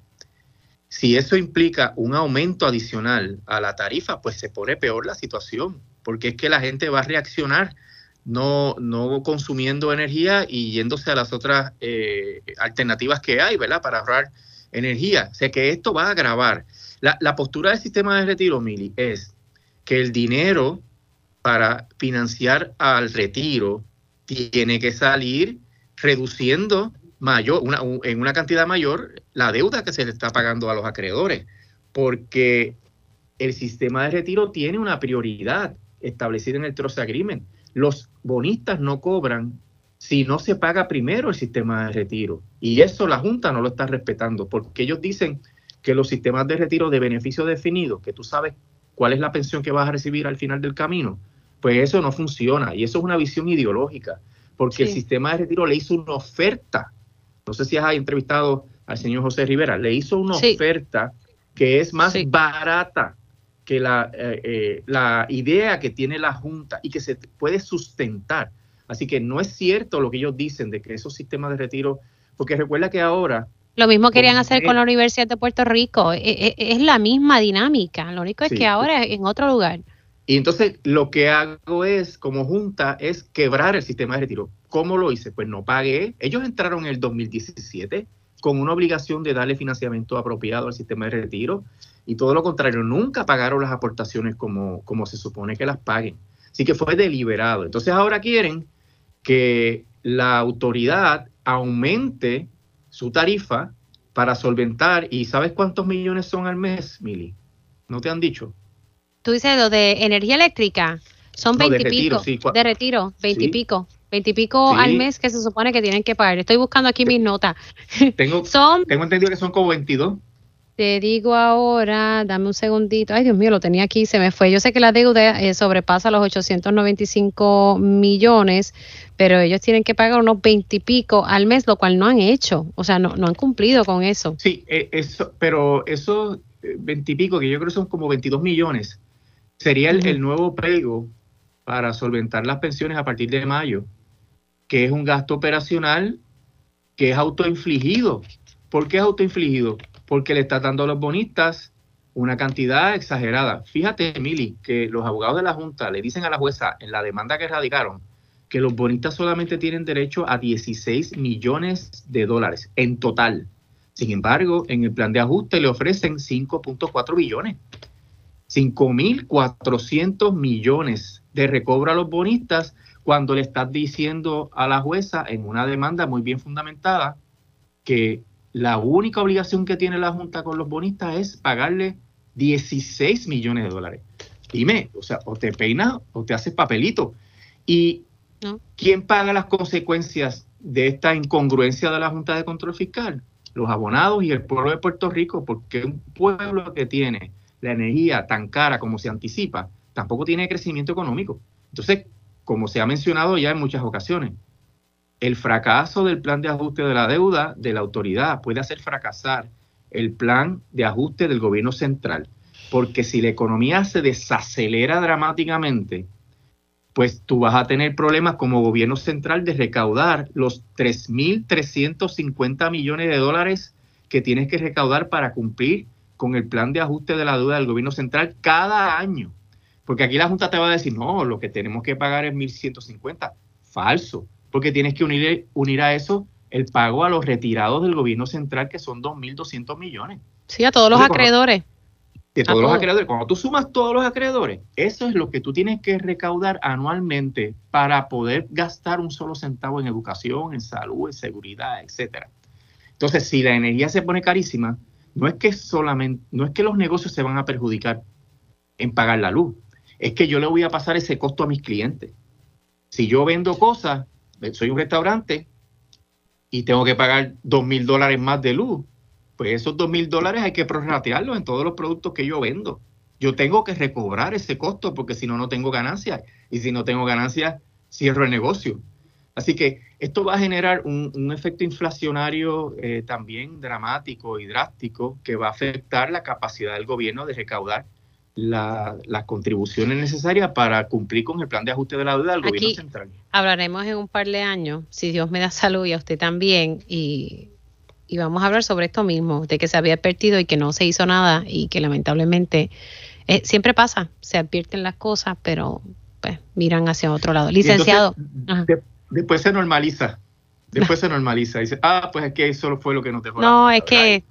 si eso implica un aumento adicional a la tarifa, pues se pone peor la situación, porque es que la gente va a reaccionar no consumiendo energía y yéndose a las otras alternativas que hay, ¿verdad?, para ahorrar energía. O sea que esto va a agravar. La postura del sistema de retiro, Mili, es que el dinero para financiar al retiro tiene que salir reduciendo en una cantidad mayor la deuda que se le está pagando a los acreedores, porque el sistema de retiro tiene una prioridad establecida en el Trust Agreement. Los bonistas no cobran si no se paga primero el sistema de retiro, y eso la Junta no lo está respetando, porque ellos dicen que los sistemas de retiro de beneficio definido, que tú sabes cuál es la pensión que vas a recibir al final del camino, pues eso no funciona, y eso es una visión ideológica, porque el sistema de retiro le hizo una oferta. No sé si has entrevistado al señor José Rivera, le hizo una oferta que es más barata que la idea que tiene la Junta y que se puede sustentar. Así que no es cierto lo que ellos dicen de que esos sistemas de retiro, porque recuerda que ahora... Lo mismo querían hacer con la Universidad de Puerto Rico, es la misma dinámica, lo único es que ahora es en otro lugar. Y entonces lo que hago es, como Junta, es quebrar el sistema de retiro. ¿Cómo lo hice? Pues no pagué. Ellos entraron en el 2017 con una obligación de darle financiamiento apropiado al sistema de retiro y todo lo contrario, nunca pagaron las aportaciones como se supone que las paguen. Así que fue deliberado. Entonces ahora quieren que la autoridad aumente su tarifa para solventar. ¿Y sabes cuántos millones son al mes, Mili? ¿No te han dicho? Tú dices lo de energía eléctrica, son No, 20 de y pico, retiro, sí. de retiro, 20 y Sí. pico. 20 y pico al Sí. mes que se supone que tienen que pagar. Estoy buscando aquí mis notas. Tengo entendido que son como 22. Te digo ahora, dame un segundito. Ay, Dios mío, lo tenía aquí, se me fue. Yo sé que la deuda sobrepasa los 895 millones, pero ellos tienen que pagar unos 20 y pico al mes, lo cual no han hecho. O sea, no han cumplido con eso. Sí, pero esos 20 y pico, que yo creo que son como 22 millones, sería el nuevo prego para solventar las pensiones a partir de mayo, que es un gasto operacional que es autoinfligido. ¿Por qué es autoinfligido? Porque le está dando a los bonistas una cantidad exagerada. Fíjate, Mili, que los abogados de la Junta le dicen a la jueza en la demanda que radicaron que los bonistas solamente tienen derecho a 16 millones de dólares en total. Sin embargo, en el plan de ajuste le ofrecen 5.4 billones. 5.400 millones de recobro a los bonistas cuando le estás diciendo a la jueza en una demanda muy bien fundamentada que la única obligación que tiene la Junta con los bonistas es pagarle 16 millones de dólares. Dime, o sea, o te peinas o te haces papelito. ¿Y quién paga las consecuencias de esta incongruencia de la Junta de Control Fiscal? Los abonados y el pueblo de Puerto Rico, porque un pueblo que tiene la energía tan cara como se anticipa, tampoco tiene crecimiento económico. Entonces, como se ha mencionado ya en muchas ocasiones, el fracaso del plan de ajuste de la deuda de la autoridad puede hacer fracasar el plan de ajuste del gobierno central, porque si la economía se desacelera dramáticamente, pues tú vas a tener problemas como gobierno central de recaudar los 3.350 millones de dólares que tienes que recaudar para cumplir con el plan de ajuste de la deuda del gobierno central cada año. Porque aquí la Junta te va a decir, no, lo que tenemos que pagar es 1.150. Falso, porque tienes que unir a eso el pago a los retirados del gobierno central, que son 2.200 millones. Sí, a todos los acreedores. De todos los acreedores. Cuando tú sumas todos los acreedores, eso es lo que tú tienes que recaudar anualmente para poder gastar un solo centavo en educación, en salud, en seguridad, etcétera. Entonces, si la energía se pone carísima, no es que los negocios se van a perjudicar en pagar la luz, es que yo le voy a pasar ese costo a mis clientes. Si yo vendo cosas, soy un restaurante y tengo que pagar $2,000 más de luz, pues esos $2,000 hay que prorratearlos en todos los productos que yo vendo. Yo tengo que recobrar ese costo porque si no, no tengo ganancias. Y si no tengo ganancias, cierro el negocio. Así que esto va a generar un efecto inflacionario también dramático y drástico que va a afectar la capacidad del gobierno de recaudar las contribuciones necesarias para cumplir con el plan de ajuste de la deuda del gobierno central. Hablaremos en un par de años, si Dios me da salud y a usted también, y vamos a hablar sobre esto mismo, de que se había advertido y que no se hizo nada y que lamentablemente siempre pasa, se advierten las cosas, pero pues miran hacia otro lado. Licenciado. Entonces, después se normaliza. Se normaliza. Dice, pues es que eso fue lo que nos dejó. No, es que...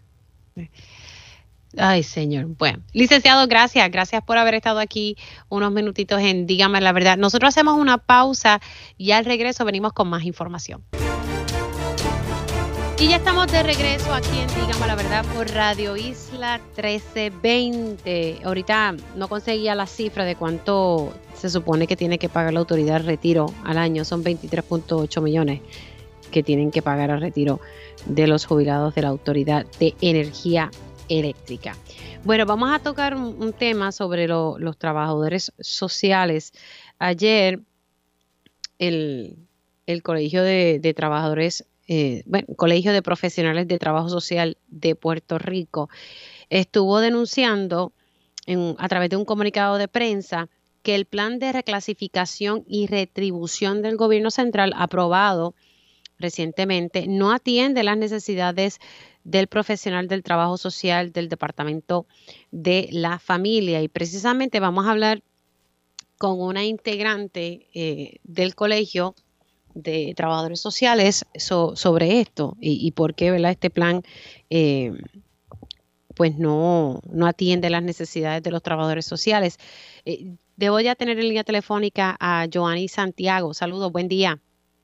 Ay, señor. Bueno, licenciado, gracias por haber estado aquí unos minutitos en Dígame la Verdad. Nosotros hacemos una pausa y al regreso venimos con más información. Y ya estamos de regreso aquí en Dígame la Verdad por Radio Isla 1320. Ahorita no conseguía la cifra de cuánto se supone que tiene que pagar la autoridad de retiro al año. Son 23.8 millones que tienen que pagar al retiro de los jubilados de la Autoridad de Energía Eléctrica. Bueno, vamos a tocar un tema sobre los trabajadores sociales. Ayer el Colegio de Trabajadores, Colegio de Profesionales de Trabajo Social de Puerto Rico estuvo denunciando a través de un comunicado de prensa que el plan de reclasificación y retribución del gobierno central aprobado recientemente no atiende las necesidades del profesional del trabajo social del Departamento de la Familia. Y precisamente vamos a hablar con una integrante del Colegio de Trabajadores Sociales sobre esto y por qué, ¿verdad?, este plan pues no atiende las necesidades de los trabajadores sociales. Debo ya tener en línea telefónica a Joanny Santiago. Saludos, buen día.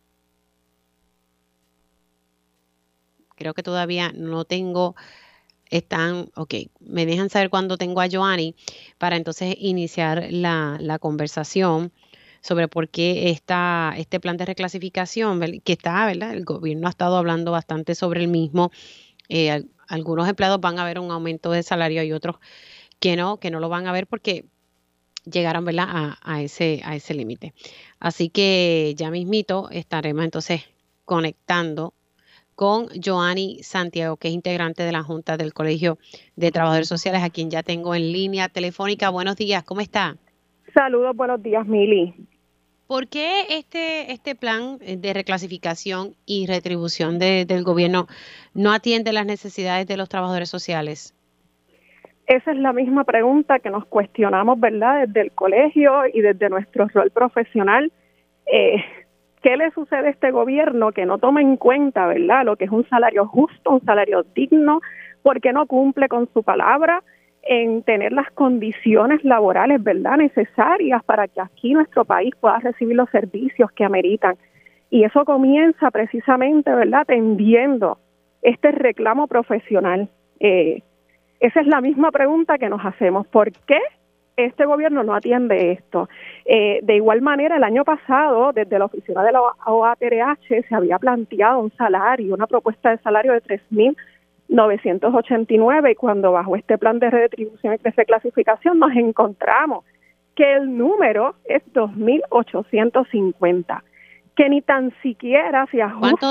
Creo que todavía no tengo, ok, me dejan saber cuando tengo a Joanny para entonces iniciar la conversación sobre por qué este plan de reclasificación que está, ¿verdad? El gobierno ha estado hablando bastante sobre el mismo. Algunos empleados van a ver un aumento de salario y otros que no lo van a ver porque llegaron, ¿verdad? a ese límite. Así que ya mismito estaremos entonces conectando con Joanny Santiago, que es integrante de la Junta del Colegio de Trabajadores Sociales, a quien ya tengo en línea telefónica. Buenos días, ¿cómo está? Saludos, buenos días, Mili. ¿Por qué este plan de reclasificación y retribución del gobierno no atiende las necesidades de los trabajadores sociales? Esa es la misma pregunta que nos cuestionamos, ¿verdad?, desde el colegio y desde nuestro rol profesional. ¿Qué le sucede a este gobierno que no toma en cuenta, ¿verdad?, lo que es un salario justo, un salario digno? ¿Por qué no cumple con su palabra en tener las condiciones laborales, ¿verdad?, necesarias para que aquí nuestro país pueda recibir los servicios que ameritan? Y eso comienza precisamente, ¿verdad?, atendiendo este reclamo profesional. Esa es la misma pregunta que nos hacemos. ¿Por qué este gobierno no atiende esto? De igual manera, el año pasado, desde la oficina de la OATRH, se había planteado una propuesta de salario de 3.989, y cuando bajo este plan de retribución y de reclasificación nos encontramos que el número es 2.850, que ni tan siquiera se ajusta. ¿Cuánto?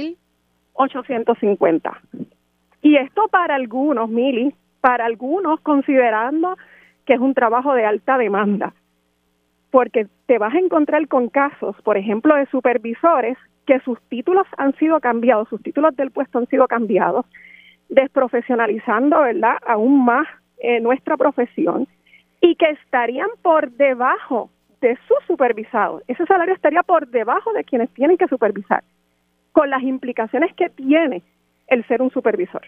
2.850. Y esto para algunos, Mili, considerando que es un trabajo de alta demanda, porque te vas a encontrar con casos, por ejemplo, de supervisores que sus títulos han sido cambiados, sus títulos del puesto han sido cambiados, desprofesionalizando, ¿verdad?, aún más nuestra profesión, y que estarían por debajo de sus supervisados. Ese salario estaría por debajo de quienes tienen que supervisar, con las implicaciones que tiene el ser un supervisor.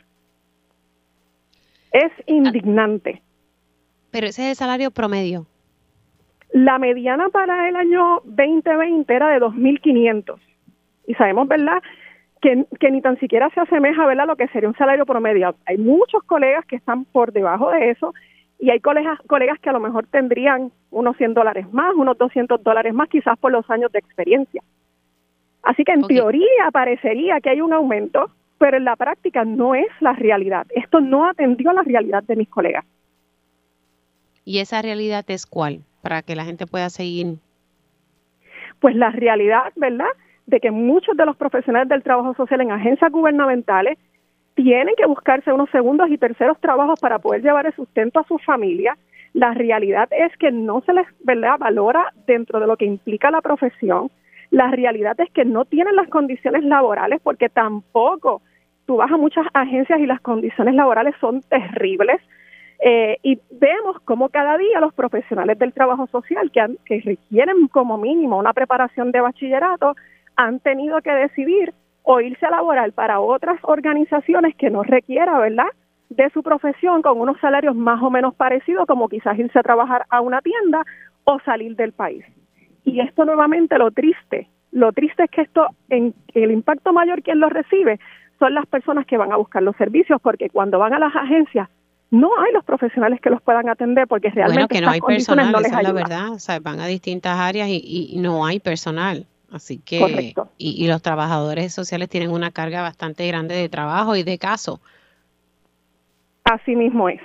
Es indignante. Pero ese es el salario promedio. La mediana para el año 2020 era de 2.500. Y sabemos, ¿verdad?, que ni tan siquiera se asemeja, ¿verdad?, a lo que sería un salario promedio. Hay muchos colegas que están por debajo de eso, y hay colegas que a lo mejor tendrían unos $100 más, unos $200 más, quizás por los años de experiencia. Así que en teoría parecería que hay un aumento, pero en la práctica no es la realidad. Esto no atendió a la realidad de mis colegas. ¿Y esa realidad es cuál? Para que la gente pueda seguir. Pues la realidad, ¿verdad?, de que muchos de los profesionales del trabajo social en agencias gubernamentales tienen que buscarse unos segundos y terceros trabajos para poder llevar el sustento a sus familias. La realidad es que no se les, ¿verdad?, valora dentro de lo que implica la profesión. La realidad es que no tienen las condiciones laborales, porque tampoco tú vas a muchas agencias y las condiciones laborales son terribles. Y vemos cómo cada día los profesionales del trabajo social que requieren como mínimo una preparación de bachillerato han tenido que decidir o irse a laborar para otras organizaciones que no requiera, ¿verdad?, de su profesión, con unos salarios más o menos parecidos, como quizás irse a trabajar a una tienda o salir del país. Y esto nuevamente lo triste es que esto, el impacto mayor, quien lo recibe son las personas que van a buscar los servicios, porque cuando van a las agencias no hay los profesionales que los puedan atender, porque realmente que no hay personal, no les esa es la ayuda. verdad. O sea, van a distintas áreas y no hay personal. Así que, correcto. Y los trabajadores sociales tienen una carga bastante grande de trabajo y de caso. Así mismo es.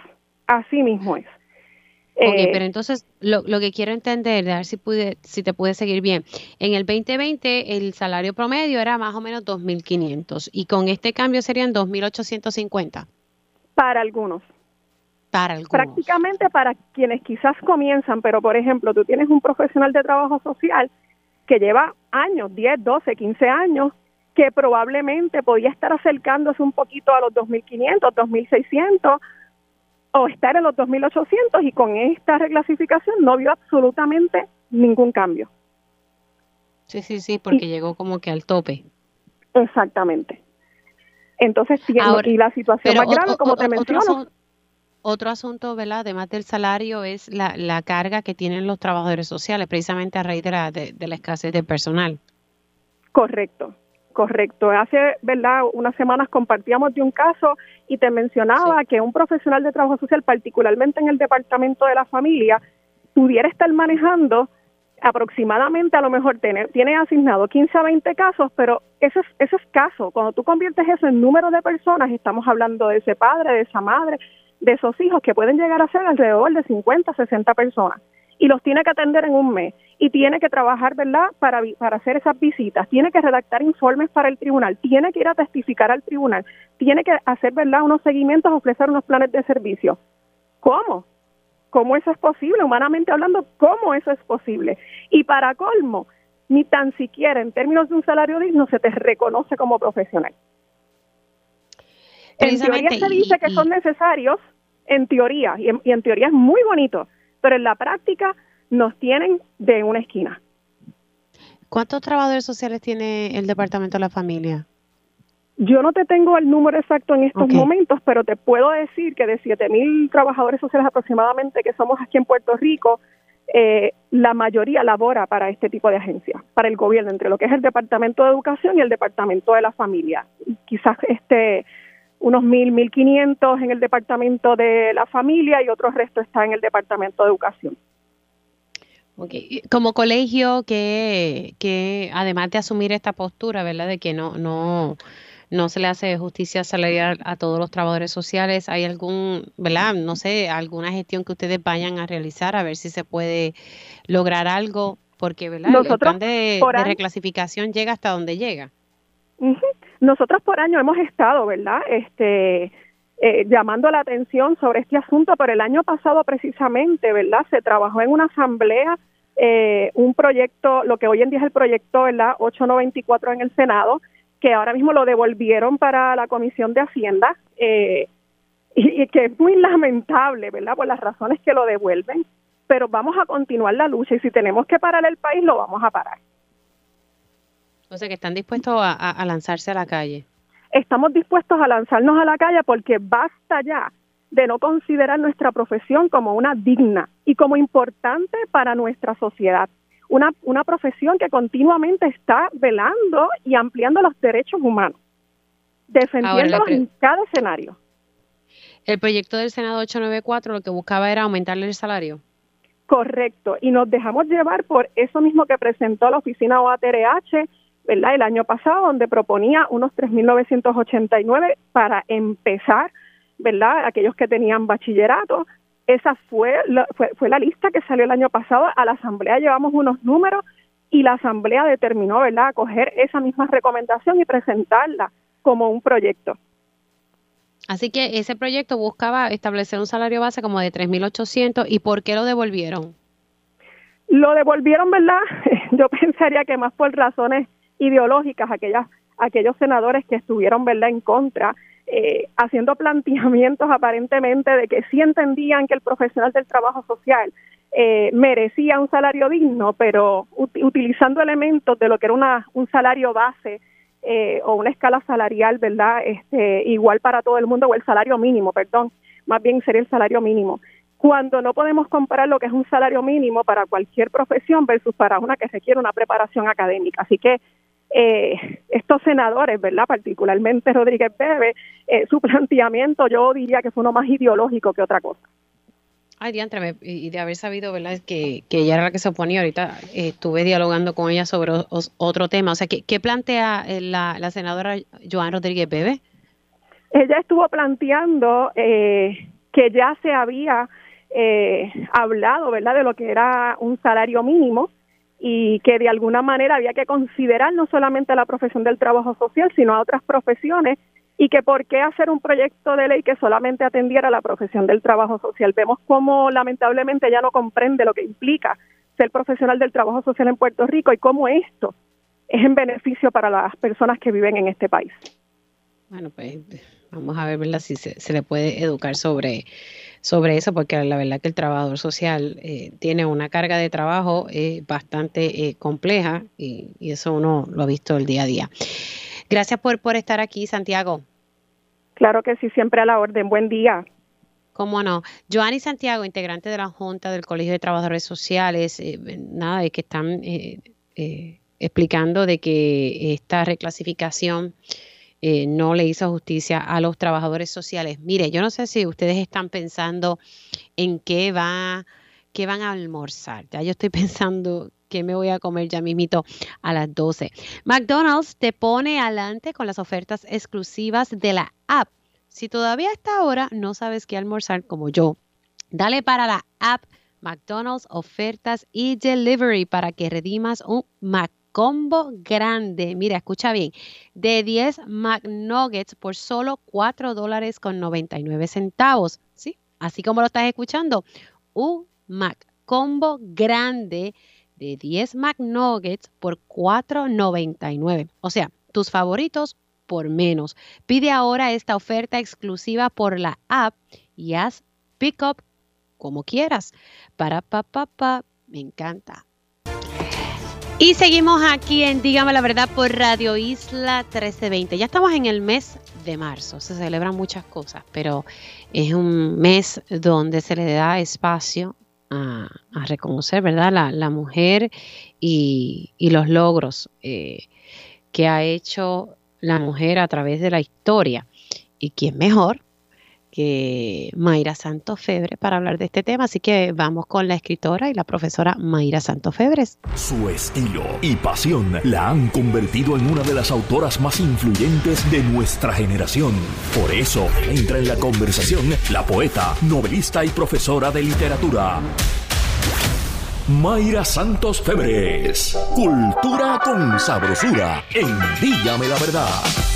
Pero entonces lo que quiero entender, a ver si te pude seguir bien. En el 2020 el salario promedio era más o menos 2.500 y con este cambio serían 2.850. Para algunos. Prácticamente para quienes quizás comienzan, pero por ejemplo, tú tienes un profesional de trabajo social que lleva años, 10, 12, 15 años, que probablemente podía estar acercándose un poquito a los 2.500, 2.600 o estar en los 2.800, y con esta reclasificación no vio absolutamente ningún cambio. Sí, porque llegó como que al tope. Exactamente. Entonces, y la situación más grave, como te menciono. otro asunto, ¿verdad? Además del salario, es la carga que tienen los trabajadores sociales, precisamente a raíz de la escasez de personal. Correcto. Hace, ¿verdad?, unas semanas compartíamos de un caso y te mencionaba que un profesional de trabajo social, particularmente en el departamento de la familia, pudiera estar manejando aproximadamente, a lo mejor tiene asignado 15 a 20 casos, pero eso es escaso. Cuando tú conviertes eso en número de personas, estamos hablando de ese padre, de esa madre, de esos hijos que pueden llegar a ser alrededor de 50, 60 personas. Y los tiene que atender en un mes y tiene que trabajar, ¿verdad?, para hacer esas visitas, tiene que redactar informes para el tribunal, tiene que ir a testificar al tribunal, tiene que hacer, ¿verdad?, unos seguimientos, ofrecer unos planes de servicio. ¿Cómo? ¿Cómo eso es posible? Humanamente hablando, ¿cómo eso es posible? Y para colmo, ni tan siquiera en términos de un salario digno se te reconoce como profesional. En teoría se dice que son necesarios, en teoría, y en teoría es muy bonito, pero en la práctica nos tienen de una esquina. ¿Cuántos trabajadores sociales tiene el Departamento de la Familia? Yo no te tengo el número exacto en estos momentos, pero te puedo decir que de 7,000 trabajadores sociales aproximadamente que somos aquí en Puerto Rico, la mayoría labora para este tipo de agencias, para el gobierno, entre lo que es el Departamento de Educación y el Departamento de la Familia. Quizás unos 1,500 en el Departamento de la Familia y otro resto está en el Departamento de Educación. Okay. Como colegio que además de asumir esta postura, ¿verdad?, de que no se le hace justicia salarial a todos los trabajadores sociales, ¿hay ¿verdad?, no sé, alguna gestión que ustedes vayan a realizar a ver si se puede lograr algo? Porque, ¿verdad?, el plan de reclasificación llega hasta donde llega. Uh-huh. Nosotros por año hemos estado, ¿verdad?, llamando la atención sobre este asunto, pero el año pasado precisamente, ¿verdad?, se trabajó en una asamblea un proyecto, lo que hoy en día es el proyecto, ¿verdad?, 894 en el Senado, que ahora mismo lo devolvieron para la Comisión de Hacienda, y que es muy lamentable, ¿verdad?, por las razones que lo devuelven, pero vamos a continuar la lucha y si tenemos que parar el país, lo vamos a parar. O sea, que están dispuestos a lanzarse a la calle. Estamos dispuestos a lanzarnos a la calle porque basta ya de no considerar nuestra profesión como una digna y como importante para nuestra sociedad. Una profesión que continuamente está velando y ampliando los derechos humanos, defendiéndolos en cada escenario. El proyecto del Senado 894 lo que buscaba era aumentarle el salario. Correcto, y nos dejamos llevar por eso mismo que presentó la oficina OATRH, ¿verdad?, el año pasado, donde proponía unos 3,989 para empezar, ¿verdad?, aquellos que tenían bachillerato. Esa fue la lista que salió el año pasado. A la Asamblea llevamos unos números y la Asamblea determinó, ¿verdad?, acoger esa misma recomendación y presentarla como un proyecto. Así que ese proyecto buscaba establecer un salario base como de 3,800. ¿Y por qué lo devolvieron? Lo devolvieron, ¿verdad? Yo pensaría que más por razones ideológicas, aquellos senadores que estuvieron, ¿verdad?, en contra, haciendo planteamientos aparentemente de que sí entendían que el profesional del trabajo social merecía un salario digno, pero utilizando elementos de lo que era un salario base o una escala salarial, ¿verdad?, igual para todo el mundo, o el salario mínimo, perdón, más bien sería el salario mínimo, cuando no podemos comparar lo que es un salario mínimo para cualquier profesión versus para una que requiere una preparación académica. Así que estos senadores, ¿verdad?, particularmente Rodríguez Bebe, su planteamiento yo diría que fue uno más ideológico que otra cosa. Ay, diantre, y de haber sabido, ¿verdad?, que ella era la que se oponía. Ahorita estuve dialogando con ella sobre otro tema. O sea, ¿qué plantea la senadora Joan Rodríguez Bebe? Ella estuvo planteando que ya se había hablado, ¿verdad?, de lo que era un salario mínimo y que de alguna manera había que considerar no solamente la profesión del trabajo social, sino a otras profesiones, y que por qué hacer un proyecto de ley que solamente atendiera a la profesión del trabajo social. Vemos cómo lamentablemente ya no comprende lo que implica ser profesional del trabajo social en Puerto Rico y cómo esto es en beneficio para las personas que viven en este país. Bueno, pues vamos a ver, ¿verdad?, si se le puede educar sobre eso, porque la verdad que el trabajador social tiene una carga de trabajo bastante compleja y eso uno lo ha visto el día a día. Gracias por estar aquí, Santiago. Claro que sí, siempre a la orden. Buen día. ¿Cómo no? Joanny Santiago, integrante de la Junta del Colegio de Trabajadores Sociales, de que están explicando de que esta reclasificación no le hizo justicia a los trabajadores sociales. Mire, yo no sé si ustedes están pensando en qué van a almorzar. Ya yo estoy pensando qué me voy a comer ya mismito a las 12. McDonald's te pone adelante con las ofertas exclusivas de la app. Si todavía hasta ahora no sabes qué almorzar como yo, dale para la app McDonald's Ofertas y Delivery para que redimas un McCombo grande. Mira, escucha bien, de 10 McNuggets por solo $4.99. ¿Sí? Así como lo estás escuchando, un McCombo grande de 10 McNuggets por $4.99. O sea, tus favoritos por menos. Pide ahora esta oferta exclusiva por la app y haz pick up como quieras. Me encanta. Y seguimos aquí en Dígame la Verdad por Radio Isla 1320. Ya estamos en el mes de marzo. Se celebran muchas cosas, pero es un mes donde se le da espacio a reconocer, ¿verdad? La mujer y los logros que ha hecho la mujer a través de la historia. ¿Y quién mejor que Mayra Santos Febres para hablar de este tema? Así que vamos con la escritora y la profesora Mayra Santos Febres. Su estilo y pasión la han convertido en una de las autoras más influyentes de nuestra generación. Por eso entra en la conversación la poeta, novelista y profesora de literatura Mayra Santos Febres. Cultura con sabrosura en Dígame la Verdad.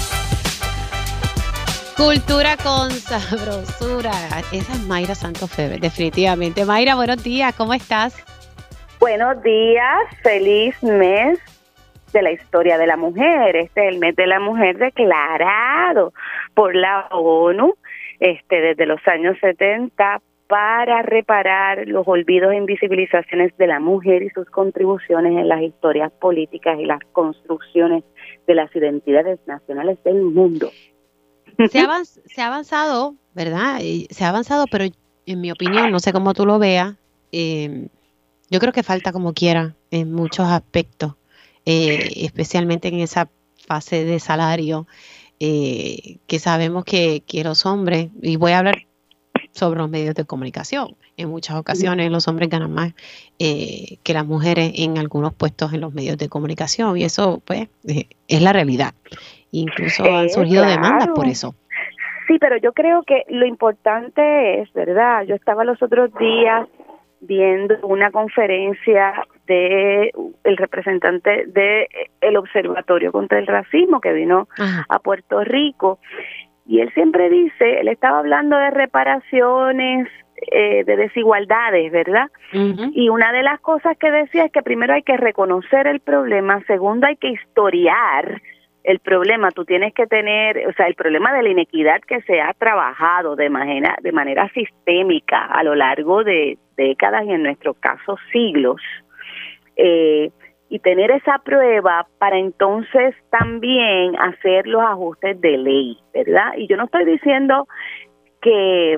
Cultura con sabrosura. Esa es Mayra Santos Febres, definitivamente. Mayra, buenos días, ¿cómo estás? Buenos días, feliz mes de la historia de la mujer. Este es el mes de la mujer declarado por la ONU desde los años 70 para reparar los olvidos e invisibilizaciones de la mujer y sus contribuciones en las historias políticas y las construcciones de las identidades nacionales del mundo. Se ha avanzado, ¿verdad? Se ha avanzado, pero en mi opinión, no sé cómo tú lo veas, yo creo que falta como quiera en muchos aspectos, especialmente en esa fase de salario, que sabemos que los hombres, y voy a hablar sobre los medios de comunicación, en muchas ocasiones los hombres ganan más que las mujeres en algunos puestos en los medios de comunicación, y eso pues es la realidad. Incluso han surgido demandas por eso. Sí, pero yo creo que lo importante es, ¿verdad? Yo estaba los otros días viendo una conferencia de el representante de el Observatorio contra el Racismo que vino a Puerto Rico, y él siempre dice, él estaba hablando de reparaciones, de desigualdades, ¿verdad? Y una de las cosas que decía es que primero hay que reconocer el problema, segundo hay que historiar el problema. Tú tienes que tener, o sea, el problema de la inequidad que se ha trabajado de manera sistémica a lo largo de décadas y en nuestro caso siglos, y tener esa prueba para entonces también hacer los ajustes de ley, ¿verdad? Y yo no estoy diciendo que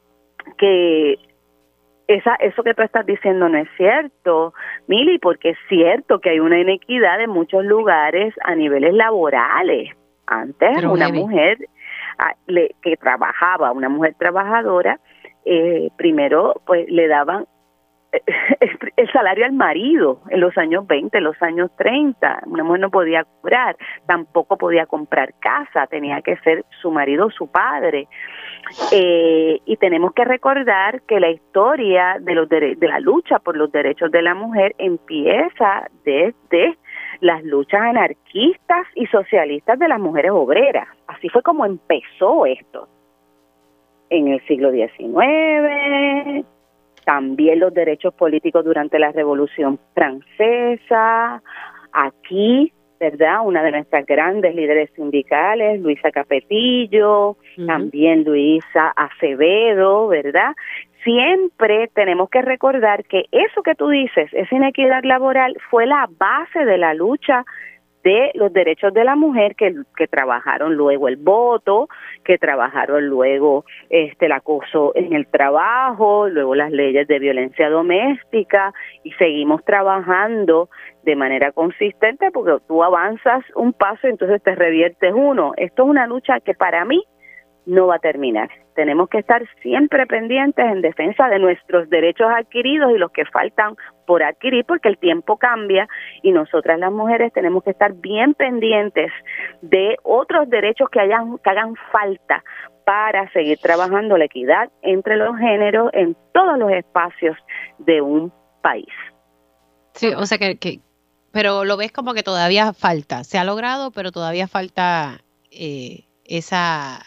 eso que tú estás diciendo no es cierto, Mili, porque es cierto que hay una inequidad en muchos lugares a niveles laborales. Antes una mujer que trabajaba, una mujer trabajadora, primero pues le daban el salario al marido en los años 20, en los años 30. Una mujer no podía cobrar, tampoco podía comprar casa, tenía que ser su marido, su padre. Y tenemos que recordar que la historia de la lucha por los derechos de la mujer empieza desde las luchas anarquistas y socialistas de las mujeres obreras. Así fue como empezó esto. En el siglo XIX, también los derechos políticos durante la Revolución Francesa, aquí, ¿verdad? Una de nuestras grandes líderes sindicales, Luisa Capetillo, también Luisa Acevedo, ¿verdad? Siempre tenemos que recordar que eso que tú dices, esa inequidad laboral, fue la base de la lucha de los derechos de la mujer que trabajaron luego el voto, que trabajaron luego el acoso en el trabajo, luego las leyes de violencia doméstica, y seguimos trabajando de manera consistente porque tú avanzas un paso y entonces te reviertes uno. Esto es una lucha que para mí no va a terminar. Tenemos que estar siempre pendientes en defensa de nuestros derechos adquiridos y los que faltan por adquirir, porque el tiempo cambia y nosotras las mujeres tenemos que estar bien pendientes de otros derechos que hagan falta para seguir trabajando la equidad entre los géneros en todos los espacios de un país. Sí, o sea que pero lo ves como que todavía falta. Se ha logrado, pero todavía falta esa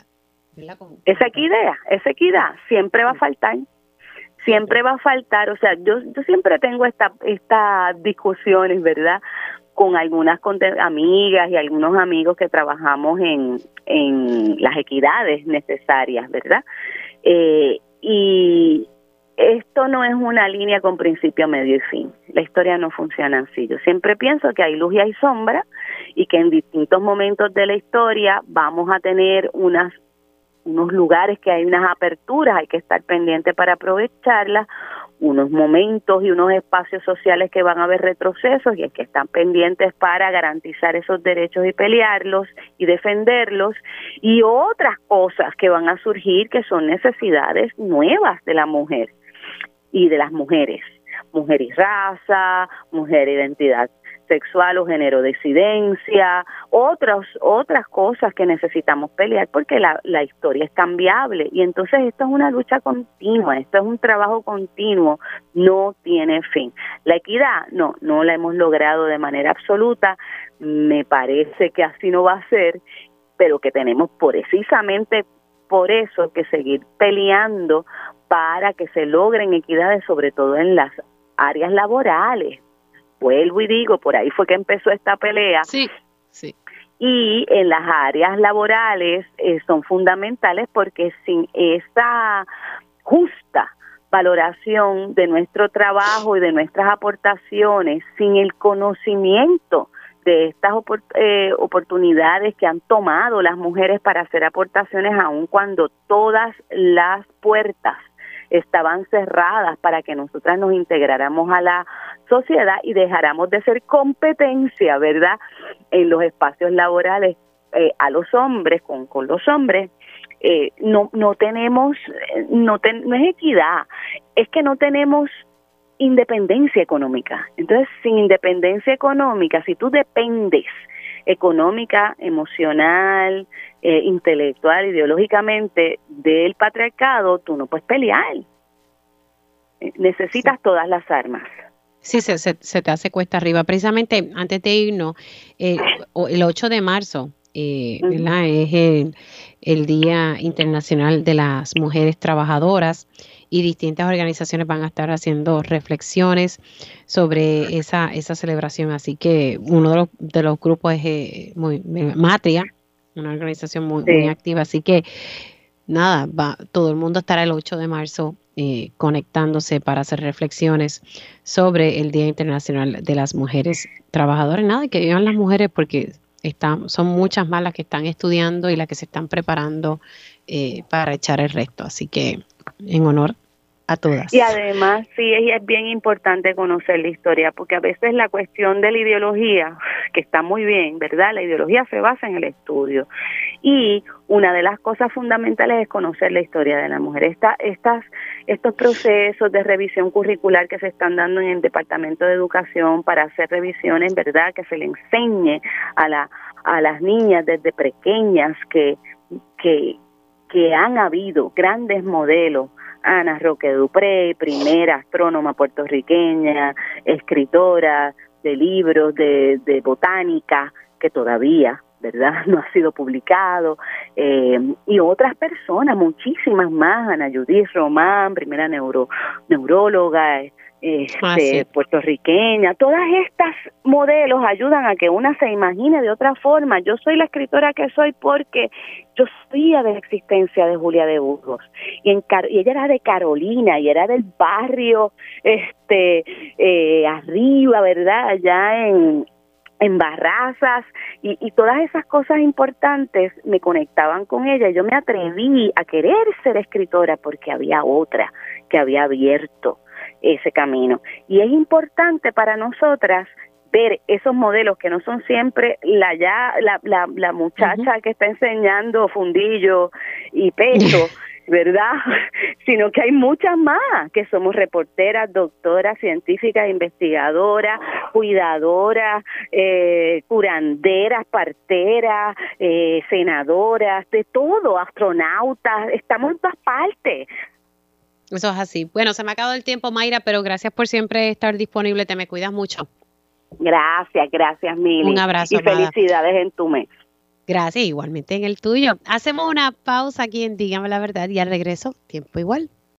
equidad siempre va a faltar. Siempre va a faltar, o sea, yo siempre tengo estas discusiones, ¿verdad?, con algunas amigas y algunos amigos que trabajamos en las equidades necesarias, ¿verdad? Y esto no es una línea con principio, medio y fin. La historia no funciona así. Yo siempre pienso que hay luz y hay sombra y que en distintos momentos de la historia vamos a tener unos lugares que hay unas aperturas, hay que estar pendiente para aprovecharlas, unos momentos y unos espacios sociales que van a haber retrocesos y hay que estar pendientes para garantizar esos derechos y pelearlos y defenderlos, y otras cosas que van a surgir que son necesidades nuevas de la mujer y de las mujeres, mujer y raza, mujer e identidad sexual o género disidencia, otras cosas que necesitamos pelear porque la historia es cambiable y entonces esto es una lucha continua, esto es un trabajo continuo, no tiene fin. La equidad no la hemos logrado de manera absoluta, me parece que así no va a ser, pero que tenemos precisamente por eso que seguir peleando para que se logren equidades, sobre todo en las áreas laborales. Vuelvo y digo, por ahí fue que empezó esta pelea. Sí. Y en las áreas laborales son fundamentales porque sin esa justa valoración de nuestro trabajo y de nuestras aportaciones, sin el conocimiento de estas oportunidades que han tomado las mujeres para hacer aportaciones, aun cuando todas las puertas estaban cerradas para que nosotras nos integráramos a la sociedad y dejáramos de ser competencia, ¿verdad?, en los espacios laborales a los hombres, con los hombres, no es equidad, es que no tenemos independencia económica. Entonces, sin independencia económica, si tú dependes económica, emocional, intelectual, ideológicamente del patriarcado, tú no puedes pelear. Necesitas todas las armas. Sí, se te hace cuesta arriba. Precisamente antes de irnos, el 8 de marzo, ¿verdad?, es el Día Internacional de las Mujeres Trabajadoras y distintas organizaciones van a estar haciendo reflexiones sobre esa celebración. Así que uno de los grupos es Matria, una organización muy activa. Así que nada, todo el mundo estará el 8 de marzo conectándose para hacer reflexiones sobre el Día Internacional de las Mujeres Trabajadoras. Nada, que vivan las mujeres porque son muchas más las que están estudiando y las que se están preparando para echar el resto. Así que en honor a todas. Y además, sí, es bien importante conocer la historia, porque a veces la cuestión de la ideología, que está muy bien, ¿verdad? La ideología se basa en el estudio. Y una de las cosas fundamentales es conocer la historia de la mujer. Estos procesos de revisión curricular que se están dando en el Departamento de Educación para hacer revisiones, ¿verdad?, que se le enseñe a las niñas desde pequeñas que han habido grandes modelos. Ana Roque Dupré, primera astrónoma puertorriqueña, escritora de libros de botánica, que todavía, ¿verdad?, no ha sido publicado, y otras personas, muchísimas más, Ana Judith Román, primera neuróloga, puertorriqueña. Todas estas modelos ayudan a que una se imagine de otra forma. Yo soy la escritora que soy porque yo sabía de la existencia de Julia de Burgos y ella era de Carolina y era del barrio arriba, ¿verdad?, allá en Barrazas y todas esas cosas importantes me conectaban con ella. Yo me atreví a querer ser escritora porque había otra que había abierto ese camino. Y es importante para nosotras ver esos modelos que no son siempre la muchacha que está enseñando fundillo y pecho, ¿verdad? Sino que hay muchas más, que somos reporteras, doctoras, científicas, investigadoras, cuidadoras, curanderas, parteras, senadoras, de todo, astronautas, estamos en todas partes. Eso es así. Bueno, se me ha acabado el tiempo, Mayra, pero gracias por siempre estar disponible. Te me cuidas mucho. Gracias, Mili. Un abrazo. Y felicidades en tu mes. Gracias, igualmente en el tuyo. Hacemos una pausa aquí en Dígame la Verdad y al regreso, tiempo igual.